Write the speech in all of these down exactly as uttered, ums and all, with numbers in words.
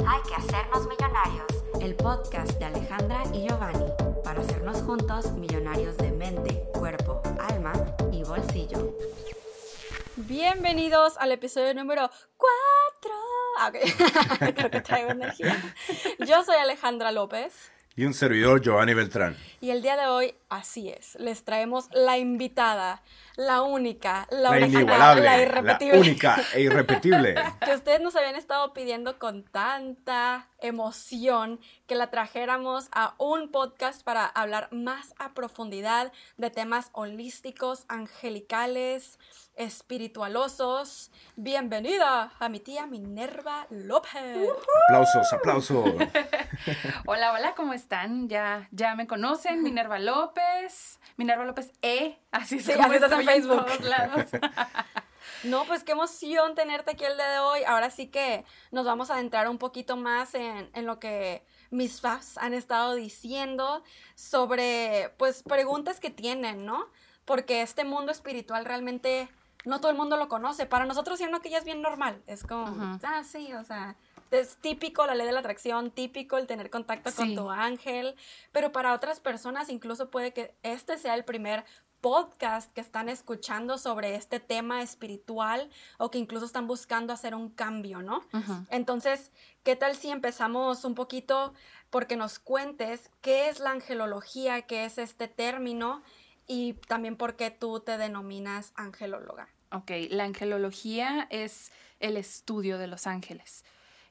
Hay que hacernos millonarios, el podcast de Alejandra y Giovanni, para hacernos juntos millonarios de mente, cuerpo, alma y bolsillo. Bienvenidos al episodio número cuatro. Ah, ok. Creo que traigo energía. Yo soy Alejandra López. Y un servidor, Giovanni Beltrán. Y el día de hoy, así es, les traemos la invitada, la única, la, La original, inigualable, la irrepetible. la única e irrepetible. Que ustedes nos habían estado pidiendo con tanta emoción que la trajéramos a un podcast para hablar más a profundidad de temas holísticos, angelicales, espiritualosos. Bienvenida a mi tía Minerva López. Uh-huh. Aplausos, aplausos. Hola, hola, ¿cómo están? Ya, ya me conocen, Minerva López, Minerva López E, así es sí, como así estás en Facebook. En todos lados. No, pues qué emoción tenerte aquí el día de hoy. Ahora sí que nos vamos a adentrar un poquito más en, en lo que mis fans han estado diciendo sobre, pues, preguntas que tienen, ¿no? Porque este mundo espiritual realmente no todo el mundo lo conoce. Para nosotros, siendo que ya es bien normal. Es como, uh-huh. ah, sí, o sea, es típico la ley de la atracción, típico el tener contacto sí. con tu ángel. Pero para otras personas, incluso puede que este sea el primer podcast que están escuchando sobre este tema espiritual o que incluso están buscando hacer un cambio, ¿no? Uh-huh. Entonces, ¿qué tal si empezamos un poquito porque nos cuentes qué es la angelología, qué es este término y también por qué tú te denominas angelóloga? Ok, la angelología es el estudio de los ángeles.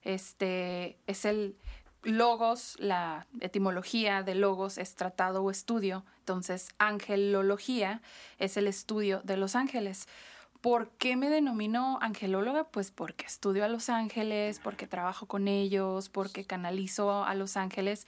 Este es el logos, la etimología de logos es tratado o estudio, entonces angelología es el estudio de los ángeles. ¿Por qué me denomino angelóloga? Pues porque estudio a los ángeles, porque trabajo con ellos, porque canalizo a los ángeles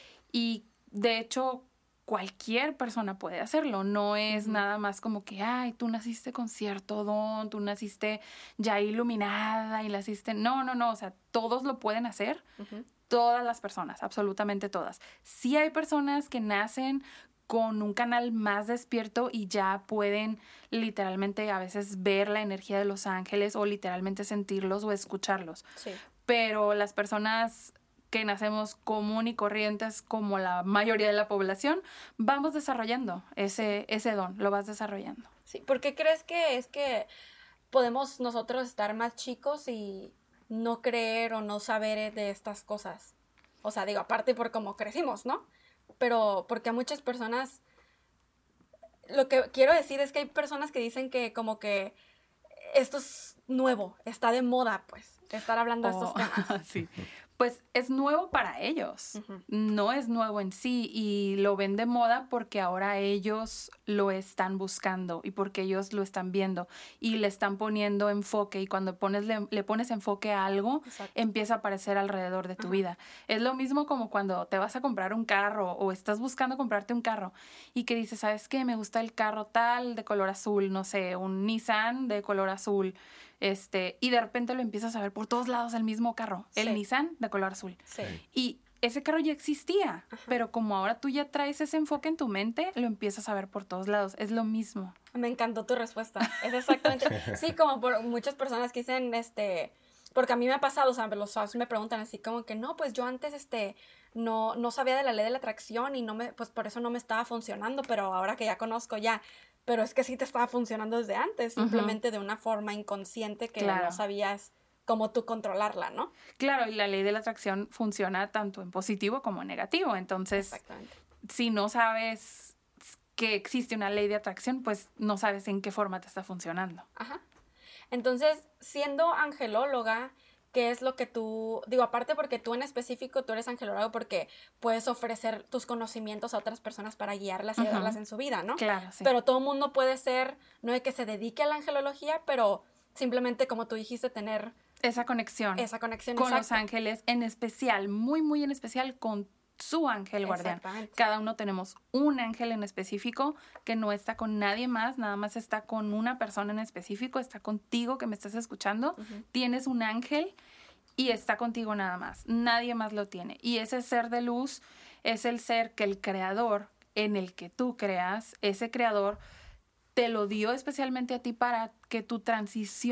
y de hecho cualquier persona puede hacerlo, no es uh-huh. nada más como que, ay, tú naciste con cierto don, tú naciste ya iluminada y naciste, no, no, no, o sea, todos lo pueden hacer. Uh-huh. Todas las personas, absolutamente todas. Sí hay personas que nacen con un canal más despierto y ya pueden literalmente a veces ver la energía de los ángeles o literalmente sentirlos o escucharlos. Sí. Pero las personas que nacemos común y corrientes como la mayoría de la población, vamos desarrollando ese, ese don, lo vas desarrollando. Sí, ¿por qué crees que es que podemos nosotros estar más chicos y no creer o no saber de estas cosas? O sea, digo, aparte por cómo crecimos, ¿no? Pero porque a muchas personas, lo que quiero decir es que hay personas que dicen que como que esto es nuevo, está de moda, pues, estar hablando de oh, estos temas. Sí. Pues es nuevo para ellos, uh-huh. no es nuevo en sí y lo ven de moda porque ahora ellos lo están buscando y porque ellos lo están viendo y le están poniendo enfoque y cuando pones, le, le pones enfoque a algo, exacto. empieza a aparecer alrededor de tu uh-huh. vida. Es lo mismo como cuando te vas a comprar un carro o estás buscando comprarte un carro y que dices, ¿sabes qué? Me gusta el carro tal de color azul, no sé, un Nissan de color azul. Este, y de repente lo empiezas a ver por todos lados el mismo carro, el sí. Nissan de color azul. Sí. Y ese carro ya existía, ajá. pero como ahora tú ya traes ese enfoque en tu mente, lo empiezas a ver por todos lados. Es lo mismo. Me encantó tu respuesta. Es exactamente. Sí, como por muchas personas que dicen, este, porque a mí me ha pasado, o sea, los fans me preguntan así como que no, pues yo antes, este, no, no sabía de la ley de la atracción y no me, pues por eso no me estaba funcionando, pero ahora que ya conozco ya. Pero es que sí te estaba funcionando desde antes, uh-huh. simplemente de una forma inconsciente que claro. no sabías cómo tú controlarla, ¿no? Claro, y la ley de la atracción funciona tanto en positivo como en negativo. Entonces, si no sabes que existe una ley de atracción, pues no sabes en qué forma te está funcionando. Ajá. Entonces, siendo angelóloga, ¿qué es lo que tú, digo, aparte porque tú en específico, tú eres angelólogo porque puedes ofrecer tus conocimientos a otras personas para guiarlas y uh-huh. ayudarlas en su vida, ¿no? Claro, sí. Pero todo mundo puede ser, no de que se dedique a la angelología, pero simplemente, como tú dijiste, tener esa conexión. Esa conexión, con exacto. los ángeles, en especial, muy, muy en especial con su ángel guardián. Cada uno tenemos un ángel en específico que no está con nadie más, nada más está con una persona en específico, está contigo que me estás escuchando, uh-huh. tienes un ángel y está contigo nada más, nadie más lo tiene. Y ese ser de luz es el ser que el creador en el que tú creas, ese creador te lo dio especialmente a ti para que tu transición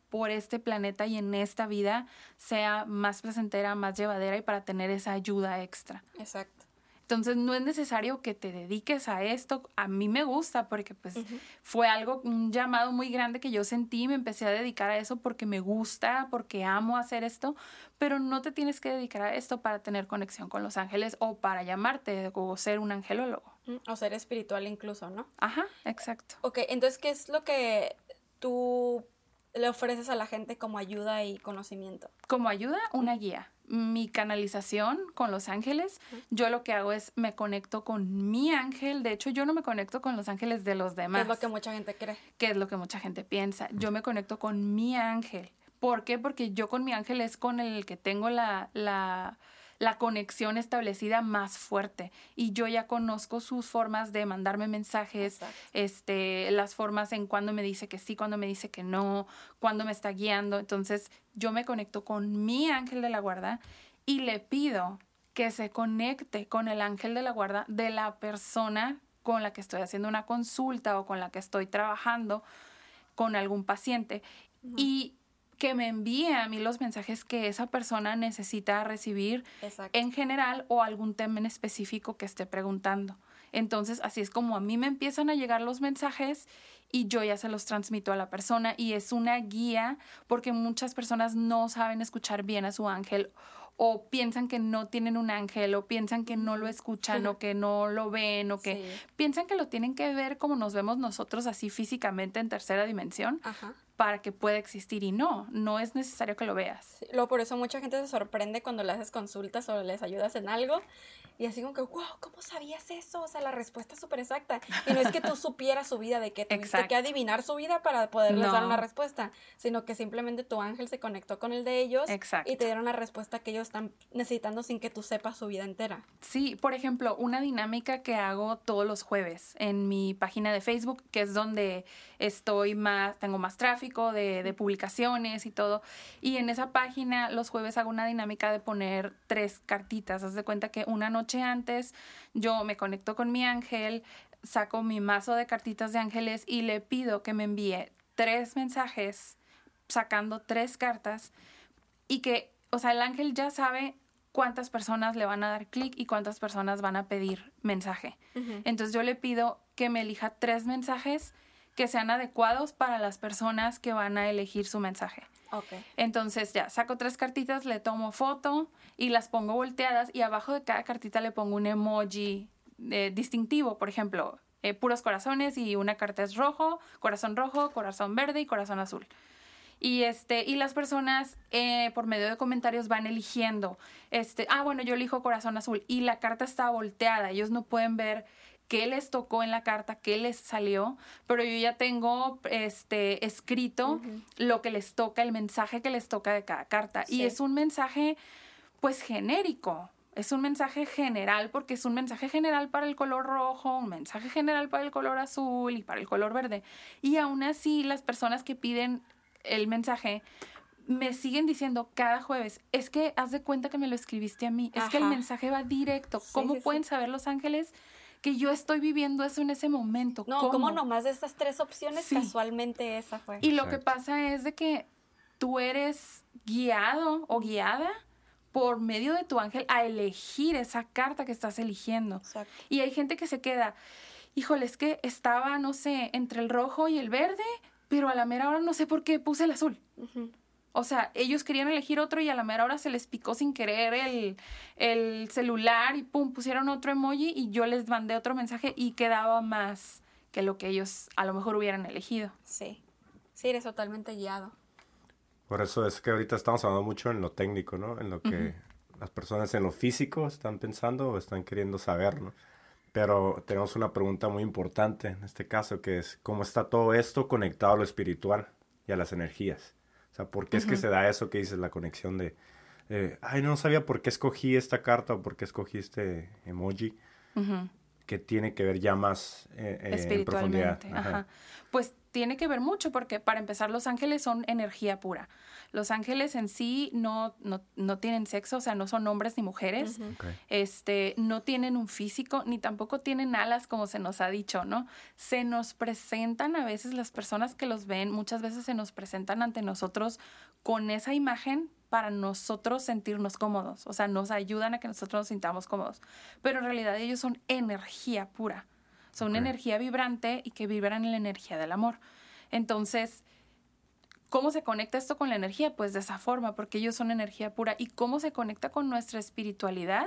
por este planeta y en esta vida sea más placentera, más llevadera y para tener esa ayuda extra. Exacto. Entonces, no es necesario que te dediques a esto. A mí me gusta porque pues uh-huh. fue algo, un llamado muy grande que yo sentí y me empecé a dedicar a eso porque me gusta, porque amo hacer esto, pero no te tienes que dedicar a esto para tener conexión con los ángeles o para llamarte o ser un angelólogo. O ser espiritual incluso, ¿no? Ajá, exacto. Ok, entonces, ¿qué es lo que tú le ofreces a la gente como ayuda y conocimiento? Como ayuda, una guía. Mi canalización con los ángeles, uh-huh. yo lo que hago es me conecto con mi ángel. De hecho, yo no me conecto con los ángeles de los demás. ¿Qué es lo que mucha gente cree? ¿Qué es lo que mucha gente piensa? Yo me conecto con mi ángel. ¿Por qué? Porque yo con mi ángel es con el que tengo la, la, la conexión establecida más fuerte. Y yo ya conozco sus formas de mandarme mensajes, este, las formas en cuando me dice que sí, cuando me dice que no, cuando me está guiando. Entonces, yo me conecto con mi ángel de la guarda y le pido que se conecte con el ángel de la guarda de la persona con la que estoy haciendo una consulta o con la que estoy trabajando con algún paciente. Uh-huh. Y que me envíe a mí los mensajes que esa persona necesita recibir. Exacto. En general o algún tema en específico que esté preguntando. Entonces, así es como a mí me empiezan a llegar los mensajes y yo ya se los transmito a la persona y es una guía porque muchas personas no saben escuchar bien a su ángel o piensan que no tienen un ángel o piensan que no lo escuchan o que no lo ven o que sí. piensan que lo tienen que ver como nos vemos nosotros así físicamente en tercera dimensión. Ajá. Para que pueda existir y no, no es necesario que lo veas. Sí, lo, por eso mucha gente se sorprende cuando le haces consultas o les ayudas en algo y así como que, wow, ¿cómo sabías eso? O sea, la respuesta es súper exacta. Y no es que tú supieras su vida, de que tuviste Exacto. que adivinar su vida para poderles no. dar una respuesta, sino que simplemente tu ángel se conectó con el de ellos Exacto. y te dieron la respuesta que ellos están necesitando sin que tú sepas su vida entera. Sí, por ejemplo, una dinámica que hago todos los jueves en mi página de Facebook, que es donde estoy más, tengo más tráfico, De, de publicaciones y todo, y en esa página los jueves hago una dinámica de poner tres cartitas. Haz de cuenta que una noche antes yo me conecto con mi ángel, saco mi mazo de cartitas de ángeles y le pido que me envíe tres mensajes sacando tres cartas y que, o sea, el ángel ya sabe cuántas personas le van a dar clic y cuántas personas van a pedir mensaje. Uh-huh. Entonces yo le pido que me elija tres mensajes que sean adecuados para las personas que van a elegir su mensaje. Okay. Entonces ya, saco tres cartitas, le tomo foto y las pongo volteadas y abajo de cada cartita le pongo un emoji eh, distintivo. Por ejemplo, eh, puros corazones y una carta es rojo, corazón rojo, corazón verde y corazón azul. Y, este, y las personas eh, por medio de comentarios van eligiendo. Este, ah, bueno, yo elijo corazón azul y la carta está volteada. Ellos no pueden ver qué les tocó en la carta, qué les salió, pero yo ya tengo este, escrito uh-huh. lo que les toca, el mensaje que les toca de cada carta. Sí. Y es un mensaje, pues, genérico. Es un mensaje general porque es un mensaje general para el color rojo, un mensaje general para el color azul y para el color verde. Y aún así, las personas que piden el mensaje me siguen diciendo cada jueves, es que haz de cuenta que me lo escribiste a mí, es Ajá. que el mensaje va directo. Sí, ¿Cómo sí, pueden sí. saber los ángeles que yo estoy viviendo eso en ese momento? No, ¿cómo, ¿cómo nomás de estas tres opciones sí. casualmente esa fue? Y lo Exacto. que pasa es de que tú eres guiado o guiada por medio de tu ángel a elegir esa carta que estás eligiendo. Exacto. Y hay gente que se queda, híjole, es que estaba, no sé, entre el rojo y el verde, pero a la mera hora no sé por qué puse el azul. Uh-huh. O sea, ellos querían elegir otro y a la mera hora se les picó sin querer el, el celular y pum, pusieron otro emoji y yo les mandé otro mensaje y quedaba más que lo que ellos a lo mejor hubieran elegido. Sí, sí, eres totalmente guiado. Por eso es que ahorita estamos hablando mucho en lo técnico, ¿no? En lo que uh-huh. las personas en lo físico están pensando o están queriendo saber, ¿no? Pero tenemos una pregunta muy importante en este caso, que es ¿cómo está todo esto conectado a lo espiritual y a las energías? O sea, ¿por qué uh-huh. es que se da eso que dices, la conexión de, eh, ay, no sabía por qué escogí esta carta o por qué escogí este emoji, uh-huh. que tiene que ver ya más eh, eh, en profundidad? Ajá. Ajá. Pues tiene que ver mucho porque, para empezar, los ángeles son energía pura. Los ángeles en sí no, no, no tienen sexo, o sea, no son hombres ni mujeres. Ujú. Okay. Este, no tienen un físico, ni tampoco tienen alas, como se nos ha dicho, ¿no? Se nos presentan a veces, las personas que los ven, muchas veces se nos presentan ante nosotros con esa imagen para nosotros sentirnos cómodos. O sea, nos ayudan a que nosotros nos sintamos cómodos. Pero en realidad ellos son energía pura. Son una Ok. energía vibrante y que vibran en la energía del amor. Entonces, ¿cómo se conecta esto con la energía? Pues de esa forma, porque ellos son energía pura. ¿Y cómo se conecta con nuestra espiritualidad?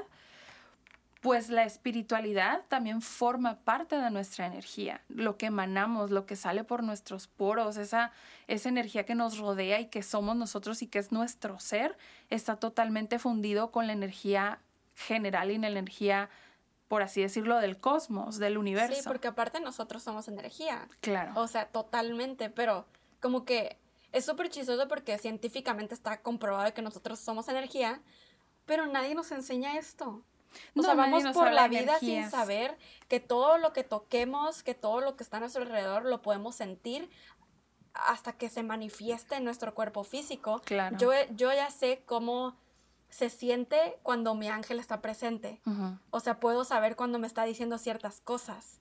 Pues la espiritualidad también forma parte de nuestra energía. Lo que emanamos, lo que sale por nuestros poros, esa, esa energía que nos rodea y que somos nosotros y que es nuestro ser, está totalmente fundido con la energía general y en la energía, por así decirlo, del cosmos, del universo. Sí, porque aparte nosotros somos energía. Claro. O sea, totalmente, pero como que es súper chistoso porque científicamente está comprobado que nosotros somos energía, pero nadie nos enseña esto. O No, sea, nadie vamos nos por habla la de vida energías. sin saber que todo lo que toquemos, que todo lo que está a nuestro alrededor lo podemos sentir hasta que se manifieste en nuestro cuerpo físico. Claro. Yo, yo ya sé cómo se siente cuando mi ángel está presente. Ujú. O sea, puedo saber cuando me está diciendo ciertas cosas.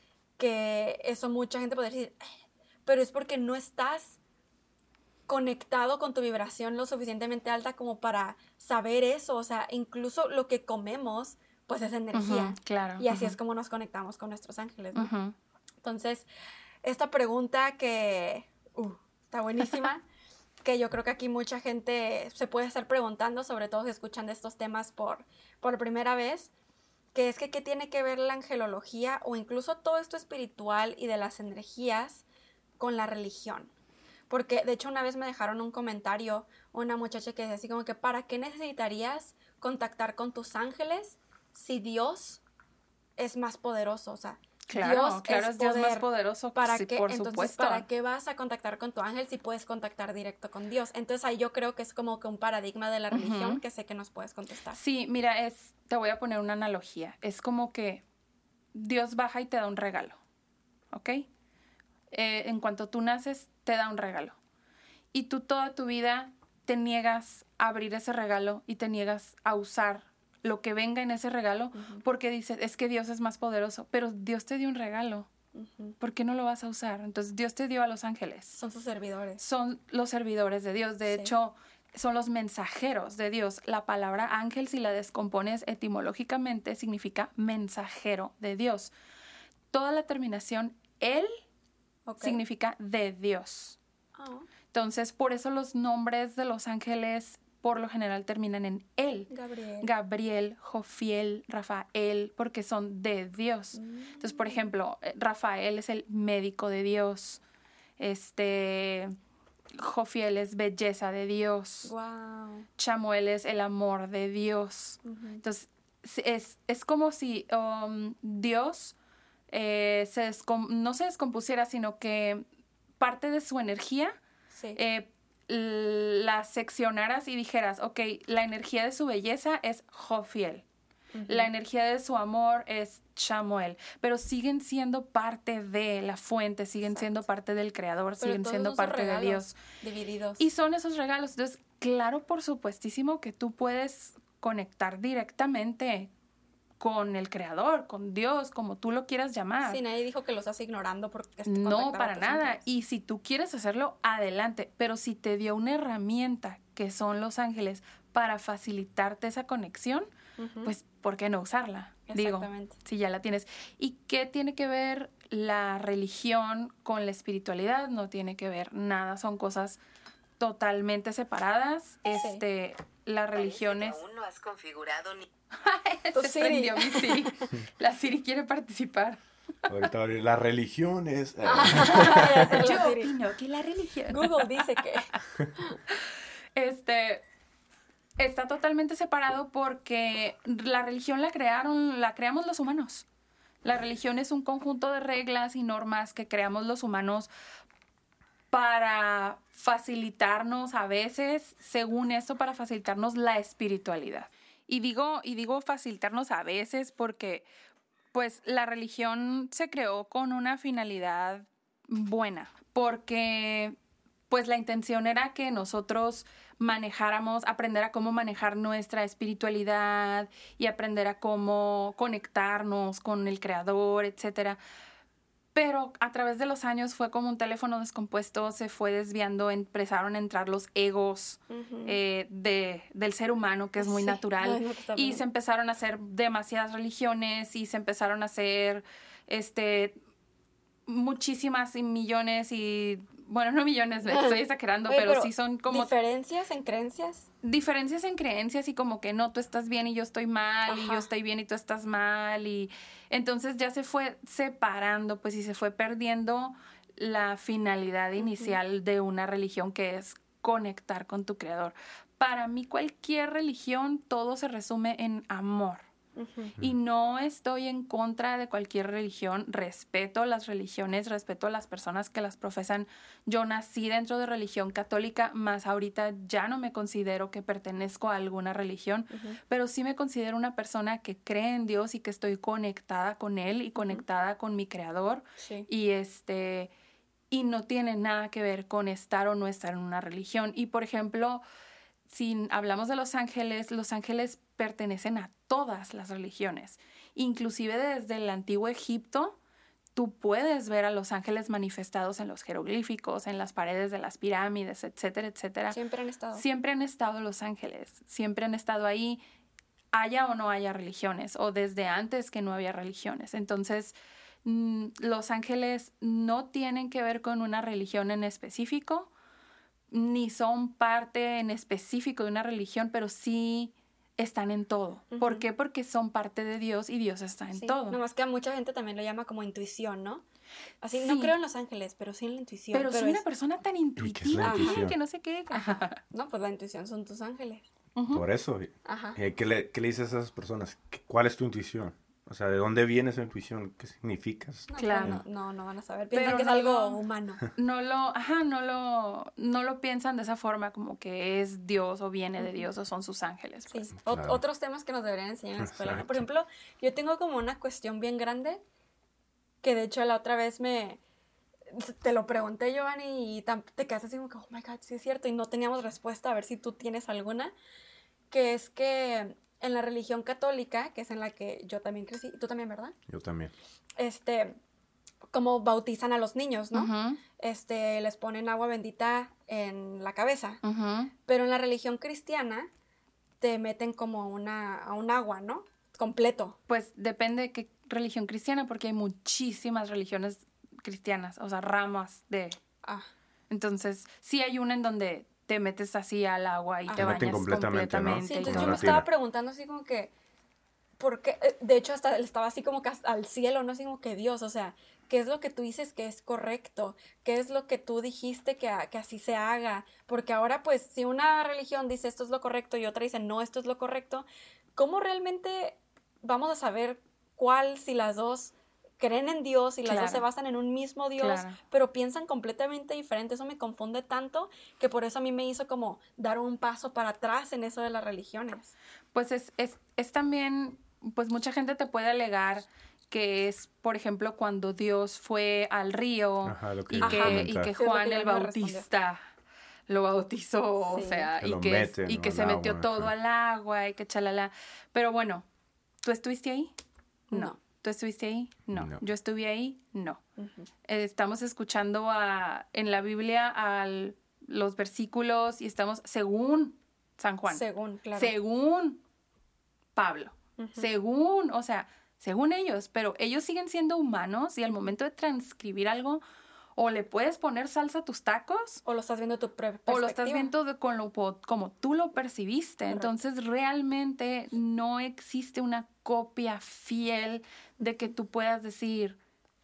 Que eso mucha gente puede decir, "Eh, pero es porque no estás conectado con tu vibración lo suficientemente alta como para saber eso". O sea, incluso lo que comemos, pues es energía. Ujú, claro. Y así Ujú. es como nos conectamos con nuestros ángeles, ¿no? Ujú. Entonces, esta pregunta que uh, está buenísima, que yo creo que aquí mucha gente se puede estar preguntando, sobre todo si escuchan de estos temas por, por primera vez, que es que qué tiene que ver la angelología o incluso todo esto espiritual y de las energías con la religión. Porque de hecho una vez me dejaron un comentario una muchacha que decía así como que ¿para qué necesitarías contactar con tus ángeles si Dios es más poderoso? O sea, Claro, Dios claro, es es Dios más poder. poderoso, ¿Para sí, qué? por Entonces, supuesto. ¿para qué vas a contactar con tu ángel si puedes contactar directo con Dios? Entonces ahí yo creo que es como que un paradigma de la religión Ujú. que sé que nos puedes contestar. Sí, mira, es, te voy a poner una analogía. Es como que Dios baja y te da un regalo, ¿ok? Eh, en cuanto tú naces, te da un regalo. Y tú toda tu vida te niegas a abrir ese regalo y te niegas a usar lo que venga en ese regalo Ujú, porque dices, es que Dios es más poderoso. Pero Dios te dio un regalo. ujú. ¿Por qué no lo vas a usar? Entonces Dios te dio a los ángeles. Son sus servidores. Son los servidores de Dios. De Sí. hecho, son los mensajeros de Dios. La palabra ángel, si la descompones etimológicamente, significa mensajero de Dios. Toda la terminación él Ok. significa de Dios. Oh, Entonces, por eso los nombres de los ángeles por lo general terminan en él. Gabriel. Gabriel, Jofiel, Rafael, porque son de Dios. Mm. Entonces, por ejemplo, eh, Rafael es el médico de Dios. Este, Jofiel es belleza de Dios. Wow. Chamuel es el amor de Dios. Ujú. Entonces, si- es, es como si um, Dios eh, se descom- no se descompusiera, sino que parte de su energía Sí. eh, l- la seccionaras y dijeras, ok, la energía de su belleza es Jofiel. Ujú. La energía de su amor es Chamuel, pero siguen siendo parte de la fuente, siguen Exacto. siendo parte del creador, Pero siguen todos siendo son sus parte de regalos Dios. divididos. Y son esos regalos. Entonces, claro, por supuestísimo que tú puedes conectar directamente con el creador, con Dios, como tú lo quieras llamar. Sí, nadie dijo que lo estás ignorando porque te No, contactar a para tus nada. ángeles. Y si tú quieres hacerlo, adelante. Pero si te dio una herramienta que son los ángeles para facilitarte esa conexión, Ujú. pues, ¿por qué no usarla? Digo, Exactamente. si ya la tienes. ¿Y qué tiene que ver la religión con la espiritualidad? No tiene que ver nada. Son cosas totalmente separadas. Este, la religión es... Aún no has configurado ni... Tu Se Siri. prendió mi Siri. La Siri quiere participar. Ahorita va a abrir las religiones. eh, Esa es la Yo Siri. opino que la religión... Google dice que. Este está totalmente separado porque la religión la crearon, la creamos los humanos. La religión es un conjunto de reglas y normas que creamos los humanos para facilitarnos a veces, según eso, para facilitarnos la espiritualidad. Y digo, y digo facilitarnos a veces porque pues la religión se creó con una finalidad buena, porque pues la intención era que nosotros manejáramos, aprender a cómo manejar nuestra espiritualidad y aprender a cómo conectarnos con el Creador, etcétera. Pero a través de los años fue como un teléfono descompuesto, se fue desviando, empezaron a entrar los egos uh-huh. eh, de, del ser humano, que es muy sí. natural, no, no y se empezaron a hacer demasiadas religiones y se empezaron a hacer este, muchísimas y millones y... Bueno, no millones, estoy exagerando, Oye, pero, pero sí son como... ¿Diferencias en creencias? Diferencias en creencias y como que no, tú estás bien y yo estoy mal, Ajá. y yo estoy bien y tú estás mal. Y entonces ya se fue separando, pues, y se fue perdiendo la finalidad uh-huh. inicial de una religión, que es conectar con tu Creador. Para mí, cualquier religión, todo se resume en amor. Uh-huh. Y no estoy en contra de cualquier religión, respeto las religiones, respeto a las personas que las profesan. Yo nací dentro de religión católica, más ahorita ya no me considero que pertenezco a alguna religión, uh-huh. pero sí me considero una persona que cree en Dios y que estoy conectada con Él y conectada uh-huh. con mi Creador. Sí. Y este y no tiene nada que ver con estar o no estar en una religión. Y por ejemplo, si hablamos de los ángeles, los ángeles pertenecen a todas las religiones. Inclusive desde el antiguo Egipto, tú puedes ver a los ángeles manifestados en los jeroglíficos, en las paredes de las pirámides, etcétera, etcétera. Siempre han estado. Siempre han estado los ángeles. Siempre han estado ahí, haya o no haya religiones, o desde antes que no había religiones. Entonces, mmm, los ángeles no tienen que ver con una religión en específico, ni son parte en específico de una religión, pero sí están en todo. Uh-huh. ¿Por qué? Porque son parte de Dios y Dios está en sí. todo. Nomás que a mucha gente también lo llama como intuición, ¿no? Así, sí. no creo en los ángeles, pero sí en la intuición. Pero, pero soy es... una persona tan intuitiva, Ajá. que no sé qué. Ajá. No, pues la intuición son tus ángeles. Uh-huh. Por eso. Ajá. ¿Qué le, qué le dices a esas personas? ¿Cuál es tu intuición? O sea, ¿de dónde viene esa intuición? ¿Qué significa? No, claro. No, no, no van a saber. Piensan Pero que no es algo lo, humano. No lo, ajá, no lo, no lo piensan de esa forma, como que es Dios o viene de Dios o son sus ángeles. Pues. Sí. Claro. O- otros temas que nos deberían enseñar en la escuela. ¿no? Por ejemplo, yo tengo como una cuestión bien grande que de hecho la otra vez me... Te lo pregunté, Giovanni, y te quedaste así como que, oh my God, sí es cierto, y no teníamos respuesta, a ver si tú tienes alguna, que es que en la religión católica, que es en la que yo también crecí, y tú también, ¿verdad? Yo también. Este, como bautizan a los niños, ¿no? Uh-huh. Este, les ponen agua bendita en la cabeza, uh-huh. pero en la religión cristiana te meten como una, a un agua, ¿no? Completo. Pues depende de qué religión cristiana, porque hay muchísimas religiones cristianas, o sea, ramas de... Ah. Entonces, sí hay una en donde te metes así al agua y ah. te bañas completamente. completamente ¿no? Sí, entonces no, yo me latina. estaba preguntando así como que, ¿por qué? De hecho, hasta estaba así como que al cielo, ¿no? Así como que Dios, o sea, ¿qué es lo que tú dices que es correcto? ¿Qué es lo que tú dijiste que, que así se haga? Porque ahora, pues, si una religión dice esto es lo correcto y otra dice no, esto es lo correcto, ¿cómo realmente vamos a saber cuál, si las dos creen en Dios y las claro. dos se basan en un mismo Dios, claro. pero piensan completamente diferente? Eso me confunde tanto que por eso a mí me hizo como dar un paso para atrás en eso de las religiones. Pues es, es, es también, pues mucha gente te puede alegar que es, por ejemplo, cuando Dios fue al río Ajá, lo que y, iba a que, comentar. y que Sí, es lo Juan que yo el me Bautista lo bautizó, Sí. o sea, Que y lo que, meten, y que ¿no? se al metió agua, todo ajá. al agua y que chalala. Pero bueno, ¿tú estuviste ahí? No. No. ¿Tú estuviste ahí? No. No. ¿Yo estuve ahí? No. Uh-huh. Eh, estamos escuchando a, en la Biblia a los versículos y estamos, según San Juan, Según, claro. según Pablo, Uh-huh. según, o sea, según ellos, pero ellos siguen siendo humanos y al momento de transcribir algo, o le puedes poner salsa a tus tacos, O lo estás viendo tu pre- perspectiva. o lo estás viendo de, con lo, como tú lo percibiste. Correcto. Entonces, realmente no existe una copia fiel de que tú puedas decir,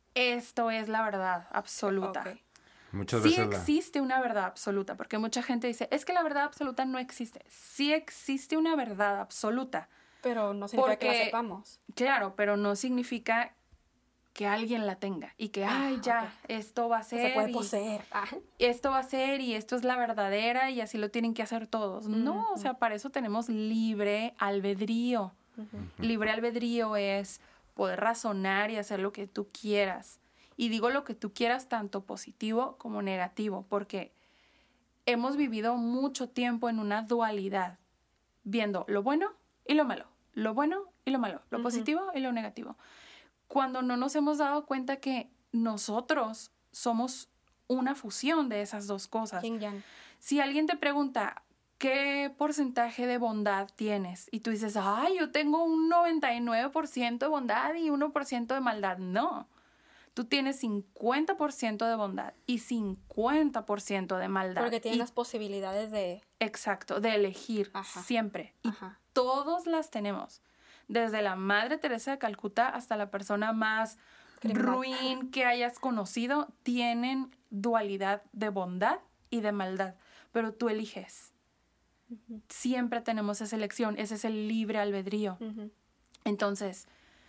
esto es la verdad absoluta. Ok. Muchas Sí veces la- existe una verdad absoluta, porque mucha gente dice, es que la verdad absoluta no existe. Sí existe una verdad absoluta. Pero no significa que la Porque- sepamos. Claro, pero no significa que alguien la tenga y que, Ah, ay, ya, ok. esto va a Que ser. se puede y- poseer. Ah. esto va a ser y esto es la verdadera y así lo tienen que hacer todos. No, o sea, para eso tenemos libre albedrío. Uh-huh. Libre albedrío es poder razonar y hacer lo que tú quieras. Y digo lo que tú quieras, tanto positivo como negativo, porque hemos vivido mucho tiempo en una dualidad, viendo lo bueno y lo malo, lo bueno y lo malo, lo uh-huh. positivo y lo negativo. Cuando no nos hemos dado cuenta que nosotros somos una fusión de esas dos cosas. Yin yang. Si alguien te pregunta, ¿qué porcentaje de bondad tienes? Y tú dices, ay, yo tengo un noventa y nueve por ciento de bondad y uno por ciento de maldad. No, tú tienes cincuenta por ciento de bondad y cincuenta por ciento de maldad. Porque tienes y, las posibilidades de... Exacto, de elegir. Ajá. Siempre. Y Ajá. todos las tenemos. Desde la Madre Teresa de Calcuta hasta la persona más Criminal. ruin que hayas conocido, tienen dualidad de bondad y de maldad. Pero tú eliges. Uh-huh. Siempre tenemos esa elección. Ese es el libre albedrío. Uh-huh. Entonces,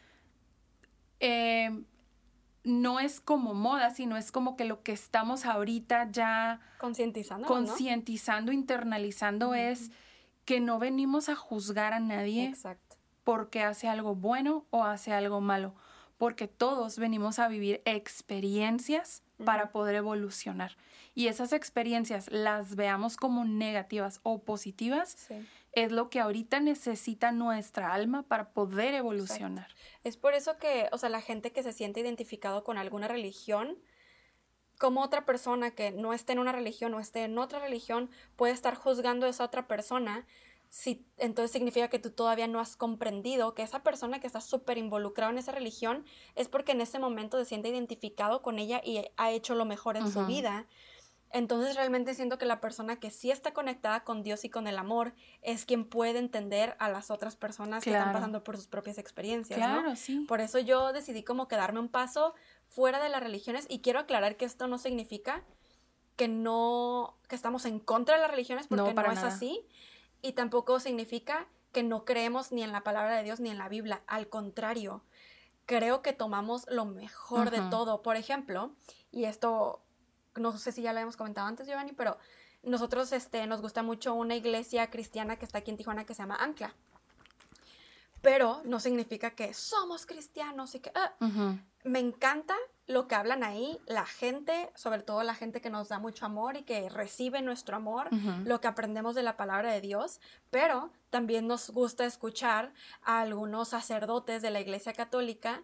eh, no es como moda, sino es como que lo que estamos ahorita ya concientizando, concientizando, ¿no? internalizando uh-huh. es que no venimos a juzgar a nadie. Exacto. Porque hace algo bueno o hace algo malo. Porque todos venimos a vivir experiencias uh-huh. para poder evolucionar. Y esas experiencias, las veamos como negativas o positivas, sí. es lo que ahorita necesita nuestra alma para poder evolucionar. Exacto. Es por eso que, o sea, la gente que se siente identificado con alguna religión, como otra persona que no esté en una religión o esté en otra religión, puede estar juzgando a esa otra persona. Si, entonces significa que tú todavía no has comprendido que esa persona que está súper involucrada en esa religión es porque en ese momento se siente identificado con ella y ha hecho lo mejor en uh-huh. su vida. Entonces realmente siento que la persona que sí está conectada con Dios y con el amor es quien puede entender a las otras personas claro. que están pasando por sus propias experiencias, claro, ¿no? Sí. Por eso yo decidí como quedarme un paso fuera de las religiones y quiero aclarar que esto no significa que no, que estamos en contra de las religiones porque no, no es nada. así. Y tampoco significa que no creemos ni en la palabra de Dios ni en la Biblia. Al contrario, creo que tomamos lo mejor uh-huh. de todo. Por ejemplo, y esto no sé si ya lo habíamos comentado antes, Giovanni, pero nosotros este, nos gusta mucho una iglesia cristiana que está aquí en Tijuana que se llama Ancla. Pero no significa que somos cristianos y que... Uh, uh-huh. Me encanta lo que hablan ahí, la gente, sobre todo la gente que nos da mucho amor y que recibe nuestro amor, uh-huh. lo que aprendemos de la palabra de Dios, pero también nos gusta escuchar a algunos sacerdotes de la Iglesia Católica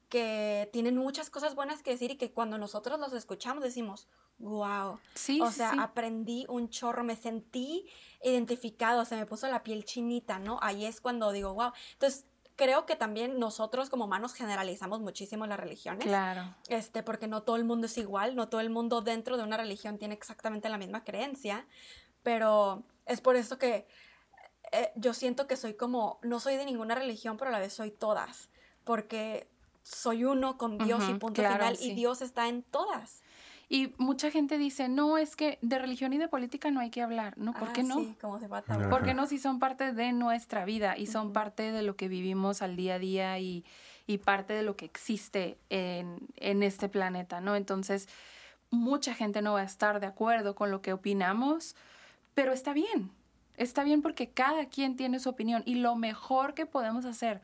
que tienen muchas cosas buenas que decir y que cuando nosotros los escuchamos decimos, wow, sí, o sí, sea, sí. aprendí un chorro, me sentí identificado, se me puso la piel chinita, ¿no? Ahí es cuando digo, wow. Entonces, creo que también nosotros como humanos generalizamos muchísimo las religiones. Claro. Este, porque no todo el mundo es igual, no todo el mundo dentro de una religión tiene exactamente la misma creencia, pero es por eso que eh, yo siento que soy como, no soy de ninguna religión, pero a la vez soy todas, porque soy uno con Dios uh-huh, y punto claro, final, sí. y Dios está en todas. Y mucha gente dice, no, es que de religión y de política no hay que hablar. No, ¿por ah, qué no? Sí, como se pata. ¿Por qué no? Si son parte de nuestra vida y son uh-huh. parte de lo que vivimos al día a día y, y parte de lo que existe en, en este planeta, ¿no? Entonces, mucha gente no va a estar de acuerdo con lo que opinamos, pero está bien. Está bien porque cada quien tiene su opinión y lo mejor que podemos hacer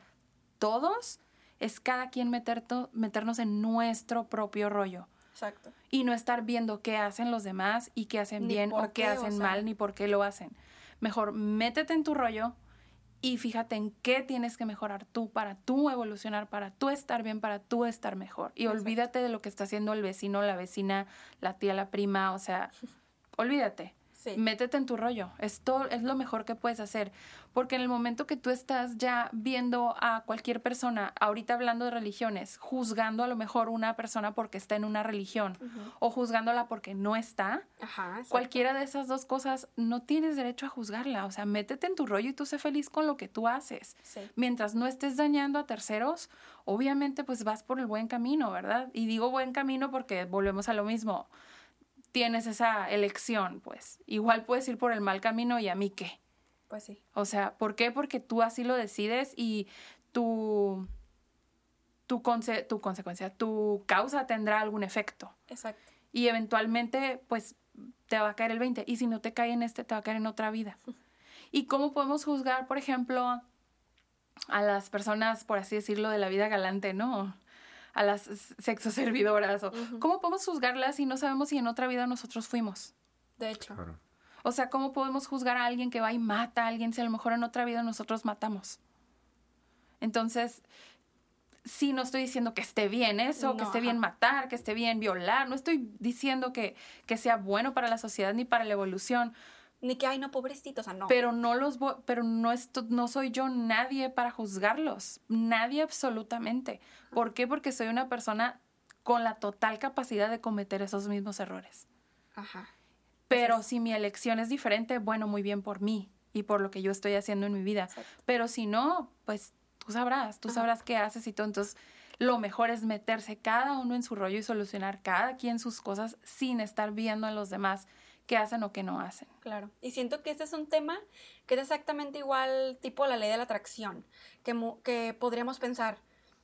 todos es cada quien meter to- meternos en nuestro propio rollo. Exacto. Y no estar viendo qué hacen los demás y qué hacen ni bien o qué, qué hacen o sea... mal, ni por qué lo hacen. Mejor métete en tu rollo y fíjate en qué tienes que mejorar tú para tú evolucionar, para tú estar bien, para tú estar mejor. Y Exacto. olvídate de lo que está haciendo el vecino, la vecina, la tía, la prima, o sea, olvídate. Sí. Métete en tu rollo. Esto es lo mejor que puedes hacer. Porque en el momento que tú estás ya viendo a cualquier persona, ahorita hablando de religiones, juzgando a lo mejor una persona porque está en una religión uh-huh. o juzgándola porque no está, Ajá, cualquiera de esas dos cosas no tienes derecho a juzgarla. O sea, métete en tu rollo y tú sé feliz con lo que tú haces. Sí. Mientras no estés dañando a terceros, obviamente pues vas por el buen camino, ¿verdad? Y digo buen camino porque volvemos a lo mismo. Tienes esa elección, pues. Igual puedes ir por el mal camino y a mí qué. Pues sí. O sea, ¿por qué? Porque tú así lo decides y tu, tu, conse- tu consecuencia, tu causa tendrá algún efecto. Exacto. Y eventualmente, pues, te va a caer el veinte. Y si no te cae en este, te va a caer en otra vida. ¿Y cómo podemos juzgar, por ejemplo, a las personas, por así decirlo, de la vida galante, ¿no? a las sexoservidoras, o Ujú. ¿cómo podemos juzgarlas si no sabemos si en otra vida nosotros fuimos? De hecho. Claro. O sea, ¿cómo podemos juzgar a alguien que va y mata a alguien si a lo mejor en otra vida nosotros matamos? Entonces, sí, no estoy diciendo que esté bien eso, No, que esté ajá. bien matar, que esté bien violar. No estoy diciendo que, que sea bueno para la sociedad ni para la evolución. Ni que, ay, no, pobrecito, o sea, no. Pero no los voy- pero no, esto, no soy yo nadie para juzgarlos. Nadie absolutamente. ¿Por qué? Porque soy una persona con la total capacidad de cometer esos mismos errores. Ajá. Pero Así es. si mi elección es diferente, bueno, muy bien por mí y por lo que yo estoy haciendo en mi vida. Exacto. Pero si no, pues tú sabrás, tú Ajá. sabrás qué haces y todo. Entonces, lo mejor es meterse cada uno en su rollo y solucionar cada quien sus cosas sin estar viendo a los demás qué hacen o qué no hacen. Claro. Y siento que este es un tema que es exactamente igual tipo la ley de la atracción, que, mu- que podríamos pensar,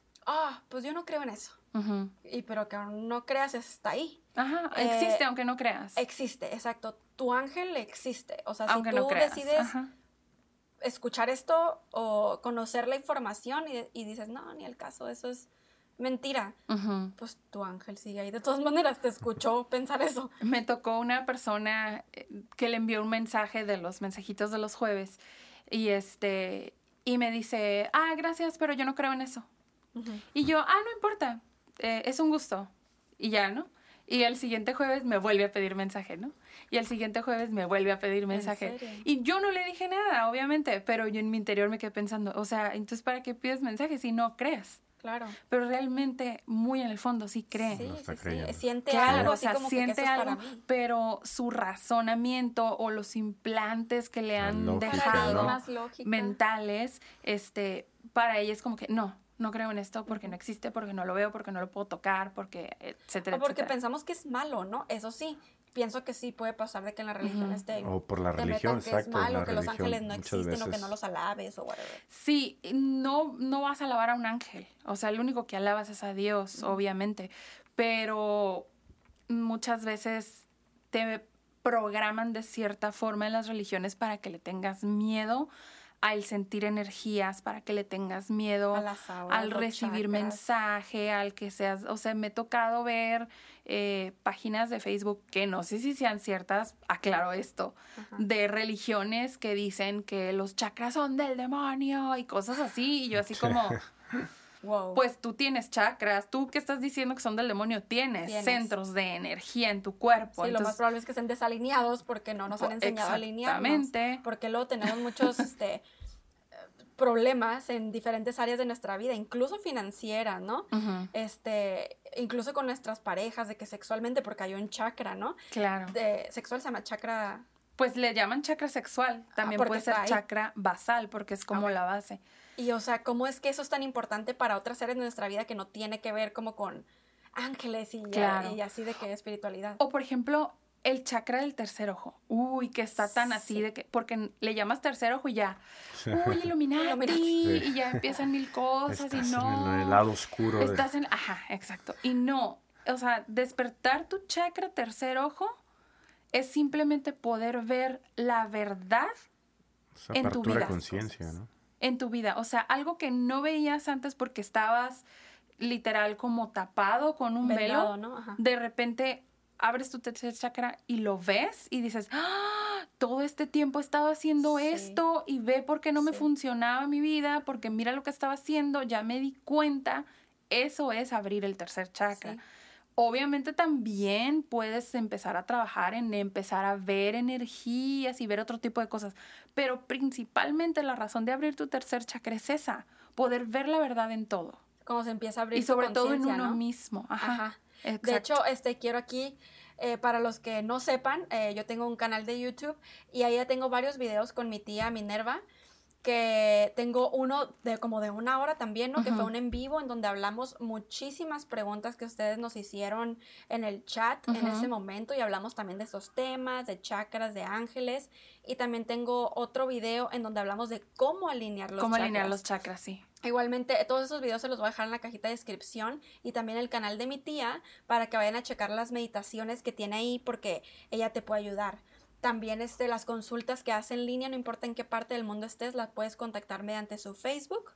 ah, pues yo no creo en eso. Ujú. Y pero que aún no creas está ahí. Ajá, Eh, existe aunque no creas. Existe, exacto. Tu ángel existe. O sea, aunque si tú no creas. decides Ajá. escuchar esto o conocer la información y, y dices, no, ni el caso, eso es mentira, Ujú. pues tu ángel sigue ahí. De todas maneras, te escuchó pensar eso. Me tocó una persona eh, que le envió un mensaje de los mensajitos de los jueves y este y me dice, ah, gracias, pero yo no creo en eso. Ujú. Y yo, ah, no importa, eh, es un gusto. Y ya, ¿no? Y el siguiente jueves me vuelve a pedir mensaje, ¿no? Y el siguiente jueves me vuelve a pedir mensaje. serio? Y yo no le dije nada, obviamente, pero yo en mi interior me quedé pensando, o sea, entonces, ¿para qué pides mensaje si no crees? Claro. Pero realmente, muy en el fondo, sí cree. Sí, No sí, está sí. creyendo. Siente Claro, algo o así sea, como siente que eso es algo, para mí. pero su razonamiento o los implantes que le La han lógica, dejado ¿no? Paradigmas, lógica. mentales, este, para ella es como que no, no creo en esto porque no existe, porque no lo veo, porque no lo puedo tocar, porque etcétera, O porque etcétera. pensamos que es malo, ¿no? Eso sí, pienso que sí puede pasar de que en la religión Ujú. esté O por la te religión, metan que es exacto. malo, la que los religión ángeles no muchas existen o que veces- no los alabes o whatever. Sí, no, no vas a alabar a un ángel. O sea, el único que alabas es a Dios, obviamente. Pero muchas veces te programan de cierta forma en las religiones para que le tengas miedo al sentir energías, para que le tengas miedo A las auras, al los recibir chakras. mensaje, al que seas, o sea, me he tocado ver eh, páginas de Facebook que no sé si sean ciertas, aclaro esto, Ajá. de religiones que dicen que los chakras son del demonio y cosas así, y yo así como, Wow. pues tú tienes chakras, tú que estás diciendo que son del demonio, tienes, Tienes. centros de energía en tu cuerpo. sí, lo más entonces, probable es que estén desalineados porque no nos han enseñado a alinearnos. exactamente. Porque luego tenemos muchos este, eh, problemas en diferentes áreas de nuestra vida, incluso financiera, ¿no? Ujú, Este, incluso con nuestras parejas, de que sexualmente, porque hay un chakra, ¿no? claro. De, sexual se llama chakra. Pues le llaman chakra sexual, también porque puede ser está ahí. chakra basal, porque es como Ok. la base. Y o sea, ¿cómo es que eso es tan importante para otras áreas de nuestra vida que no tiene que ver como con ángeles y, ya- Claro. y así de que espiritualidad? O por ejemplo, el chakra del tercer ojo. Uy, que está tan así Sí. de que, porque le llamas tercer ojo y ya, uy, Illuminati, Illuminati. Sí. y ya empiezan mil cosas Estás y no. en el lado oscuro. de- Estás en, ajá, exacto. Y no, o sea, despertar tu chakra tercer ojo es simplemente poder ver la verdad esa en tu apertura vida. de conciencia, ¿no? en tu vida. O sea, algo que no veías antes porque estabas literal como tapado con un Vendado, velo. ¿no? Ajá. De repente abres tu tercer chakra y lo ves y dices, ¡ah! Todo este tiempo he estado haciendo Sí. esto y ve por qué no me Sí. funcionaba mi vida, porque mira lo que estaba haciendo, ya me di cuenta. Eso es abrir el tercer chakra. Sí. Obviamente también puedes empezar a trabajar en empezar a ver energías y ver otro tipo de cosas, pero principalmente la razón de abrir tu tercer chakra es esa, poder ver la verdad en todo Como se empieza a abrir y sobre tu todo en conciencia, uno ¿no? mismo. Ajá. Ajá. Exacto. De hecho, este, quiero aquí, eh, para los que no sepan, eh, yo tengo un canal de YouTube y ahí ya tengo varios videos con mi tía Minerva, que tengo uno de como de una hora también, ¿no? Que fue Ujú. un en vivo en donde hablamos muchísimas preguntas que ustedes nos hicieron en el chat en Ujú. ese momento y hablamos también de esos temas, de chakras, de ángeles, y también tengo otro video en donde hablamos de cómo alinear los cómo chakras. alinear los chakras, sí. Igualmente, todos esos videos se los voy a dejar en la cajita de descripción y también el canal de mi tía para que vayan a checar las meditaciones que tiene ahí porque ella te puede ayudar. También este, las consultas que hace en línea, no importa en qué parte del mundo estés, las puedes contactar mediante su Facebook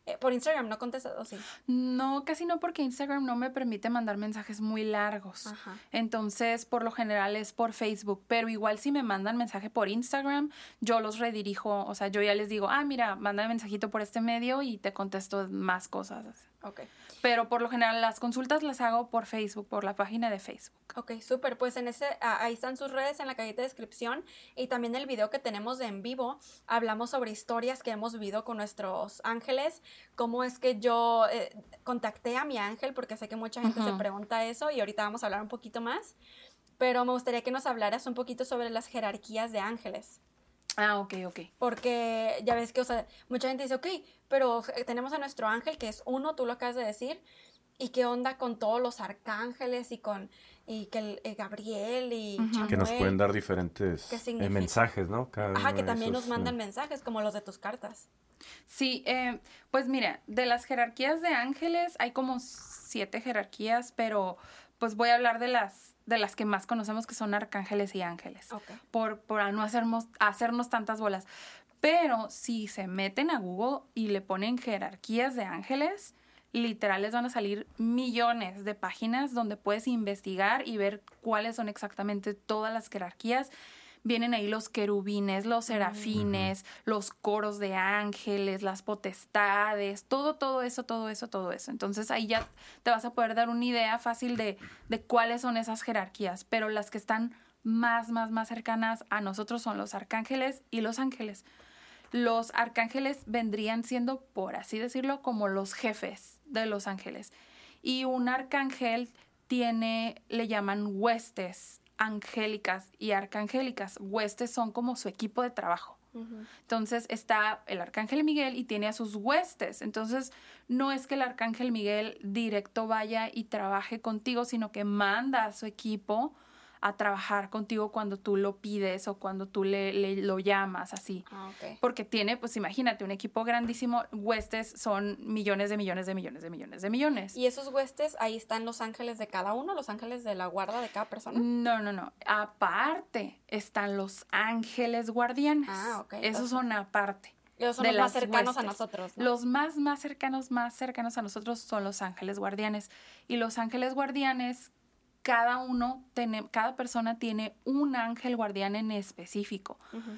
Eh, por Instagram no contestas, ¿o sí? No, casi no, porque Instagram no me permite mandar mensajes muy largos. Ajá. Entonces, por lo general es por Facebook. Pero igual si me mandan mensaje por Instagram, yo los redirijo. O sea, yo ya les digo, ah, mira, manda mensajito por este medio y te contesto más cosas. Ok. Pero por lo general las consultas las hago por Facebook, por la página de Facebook. Ok, súper. Pues en ese, ah, ahí están sus redes en la cajita de descripción, y también el video que tenemos de en vivo. Hablamos sobre historias que hemos vivido con nuestros ángeles, cómo es que yo eh, contacté a mi ángel, porque sé que mucha gente Uh-huh. se pregunta eso, y ahorita vamos a hablar un poquito más. Pero me gustaría que nos hablaras un poquito sobre las jerarquías de ángeles. Ah, ok, ok. Porque ya ves que, o sea, mucha gente dice, ok, pero eh, tenemos a nuestro ángel, que es uno, tú lo acabas de decir, y qué onda con todos los arcángeles y con, y que el, el Gabriel y Ujú. Chamuel. Que nos pueden dar diferentes ¿Qué eh, significa? mensajes, ¿no? Cada Ajá, uno que de también esos, nos mandan eh, mensajes, como los de tus cartas. Sí, eh, pues mira, de las jerarquías de ángeles hay como siete jerarquías, pero pues voy a hablar de las, de las que más conocemos, que son arcángeles y ángeles, Ok. por, por no hacernos, hacernos tantas bolas. Pero si se meten a Google y le ponen jerarquías de ángeles, literal les van a salir millones de páginas donde puedes investigar y ver cuáles son exactamente todas las jerarquías. Vienen ahí los querubines, los serafines, los coros de ángeles, las potestades, todo, todo eso, todo eso, todo eso. Entonces ahí ya te vas a poder dar una idea fácil de, de cuáles son esas jerarquías. Pero las que están más, más, más cercanas a nosotros son los arcángeles y los ángeles. Los arcángeles vendrían siendo, por así decirlo, como los jefes de los ángeles. Y un arcángel tiene, le llaman huestes angélicas y arcangélicas. Huestes son como su equipo de trabajo. Uh-huh. Entonces está el arcángel Miguel y tiene a sus huestes. Entonces no es que el arcángel Miguel directo vaya y trabaje contigo, sino que manda a su equipo a trabajar contigo cuando tú lo pides o cuando tú le, le lo llamas, así. Ah, ok. Porque tiene, pues imagínate, un equipo grandísimo. Huestes son millones de millones de millones de millones de millones. Y esos huestes, ahí están los ángeles de cada uno, los ángeles de la guarda de cada persona. No, no, no. Aparte están los ángeles guardianes. Ah, ok. Esos Entonces, son aparte. ellos son de los más las cercanos a huestes. nosotros, ¿no? Los más, más cercanos, más cercanos a nosotros son los ángeles guardianes. Y los ángeles guardianes, cada uno, tiene, cada persona tiene un ángel guardián en específico. Uh-huh.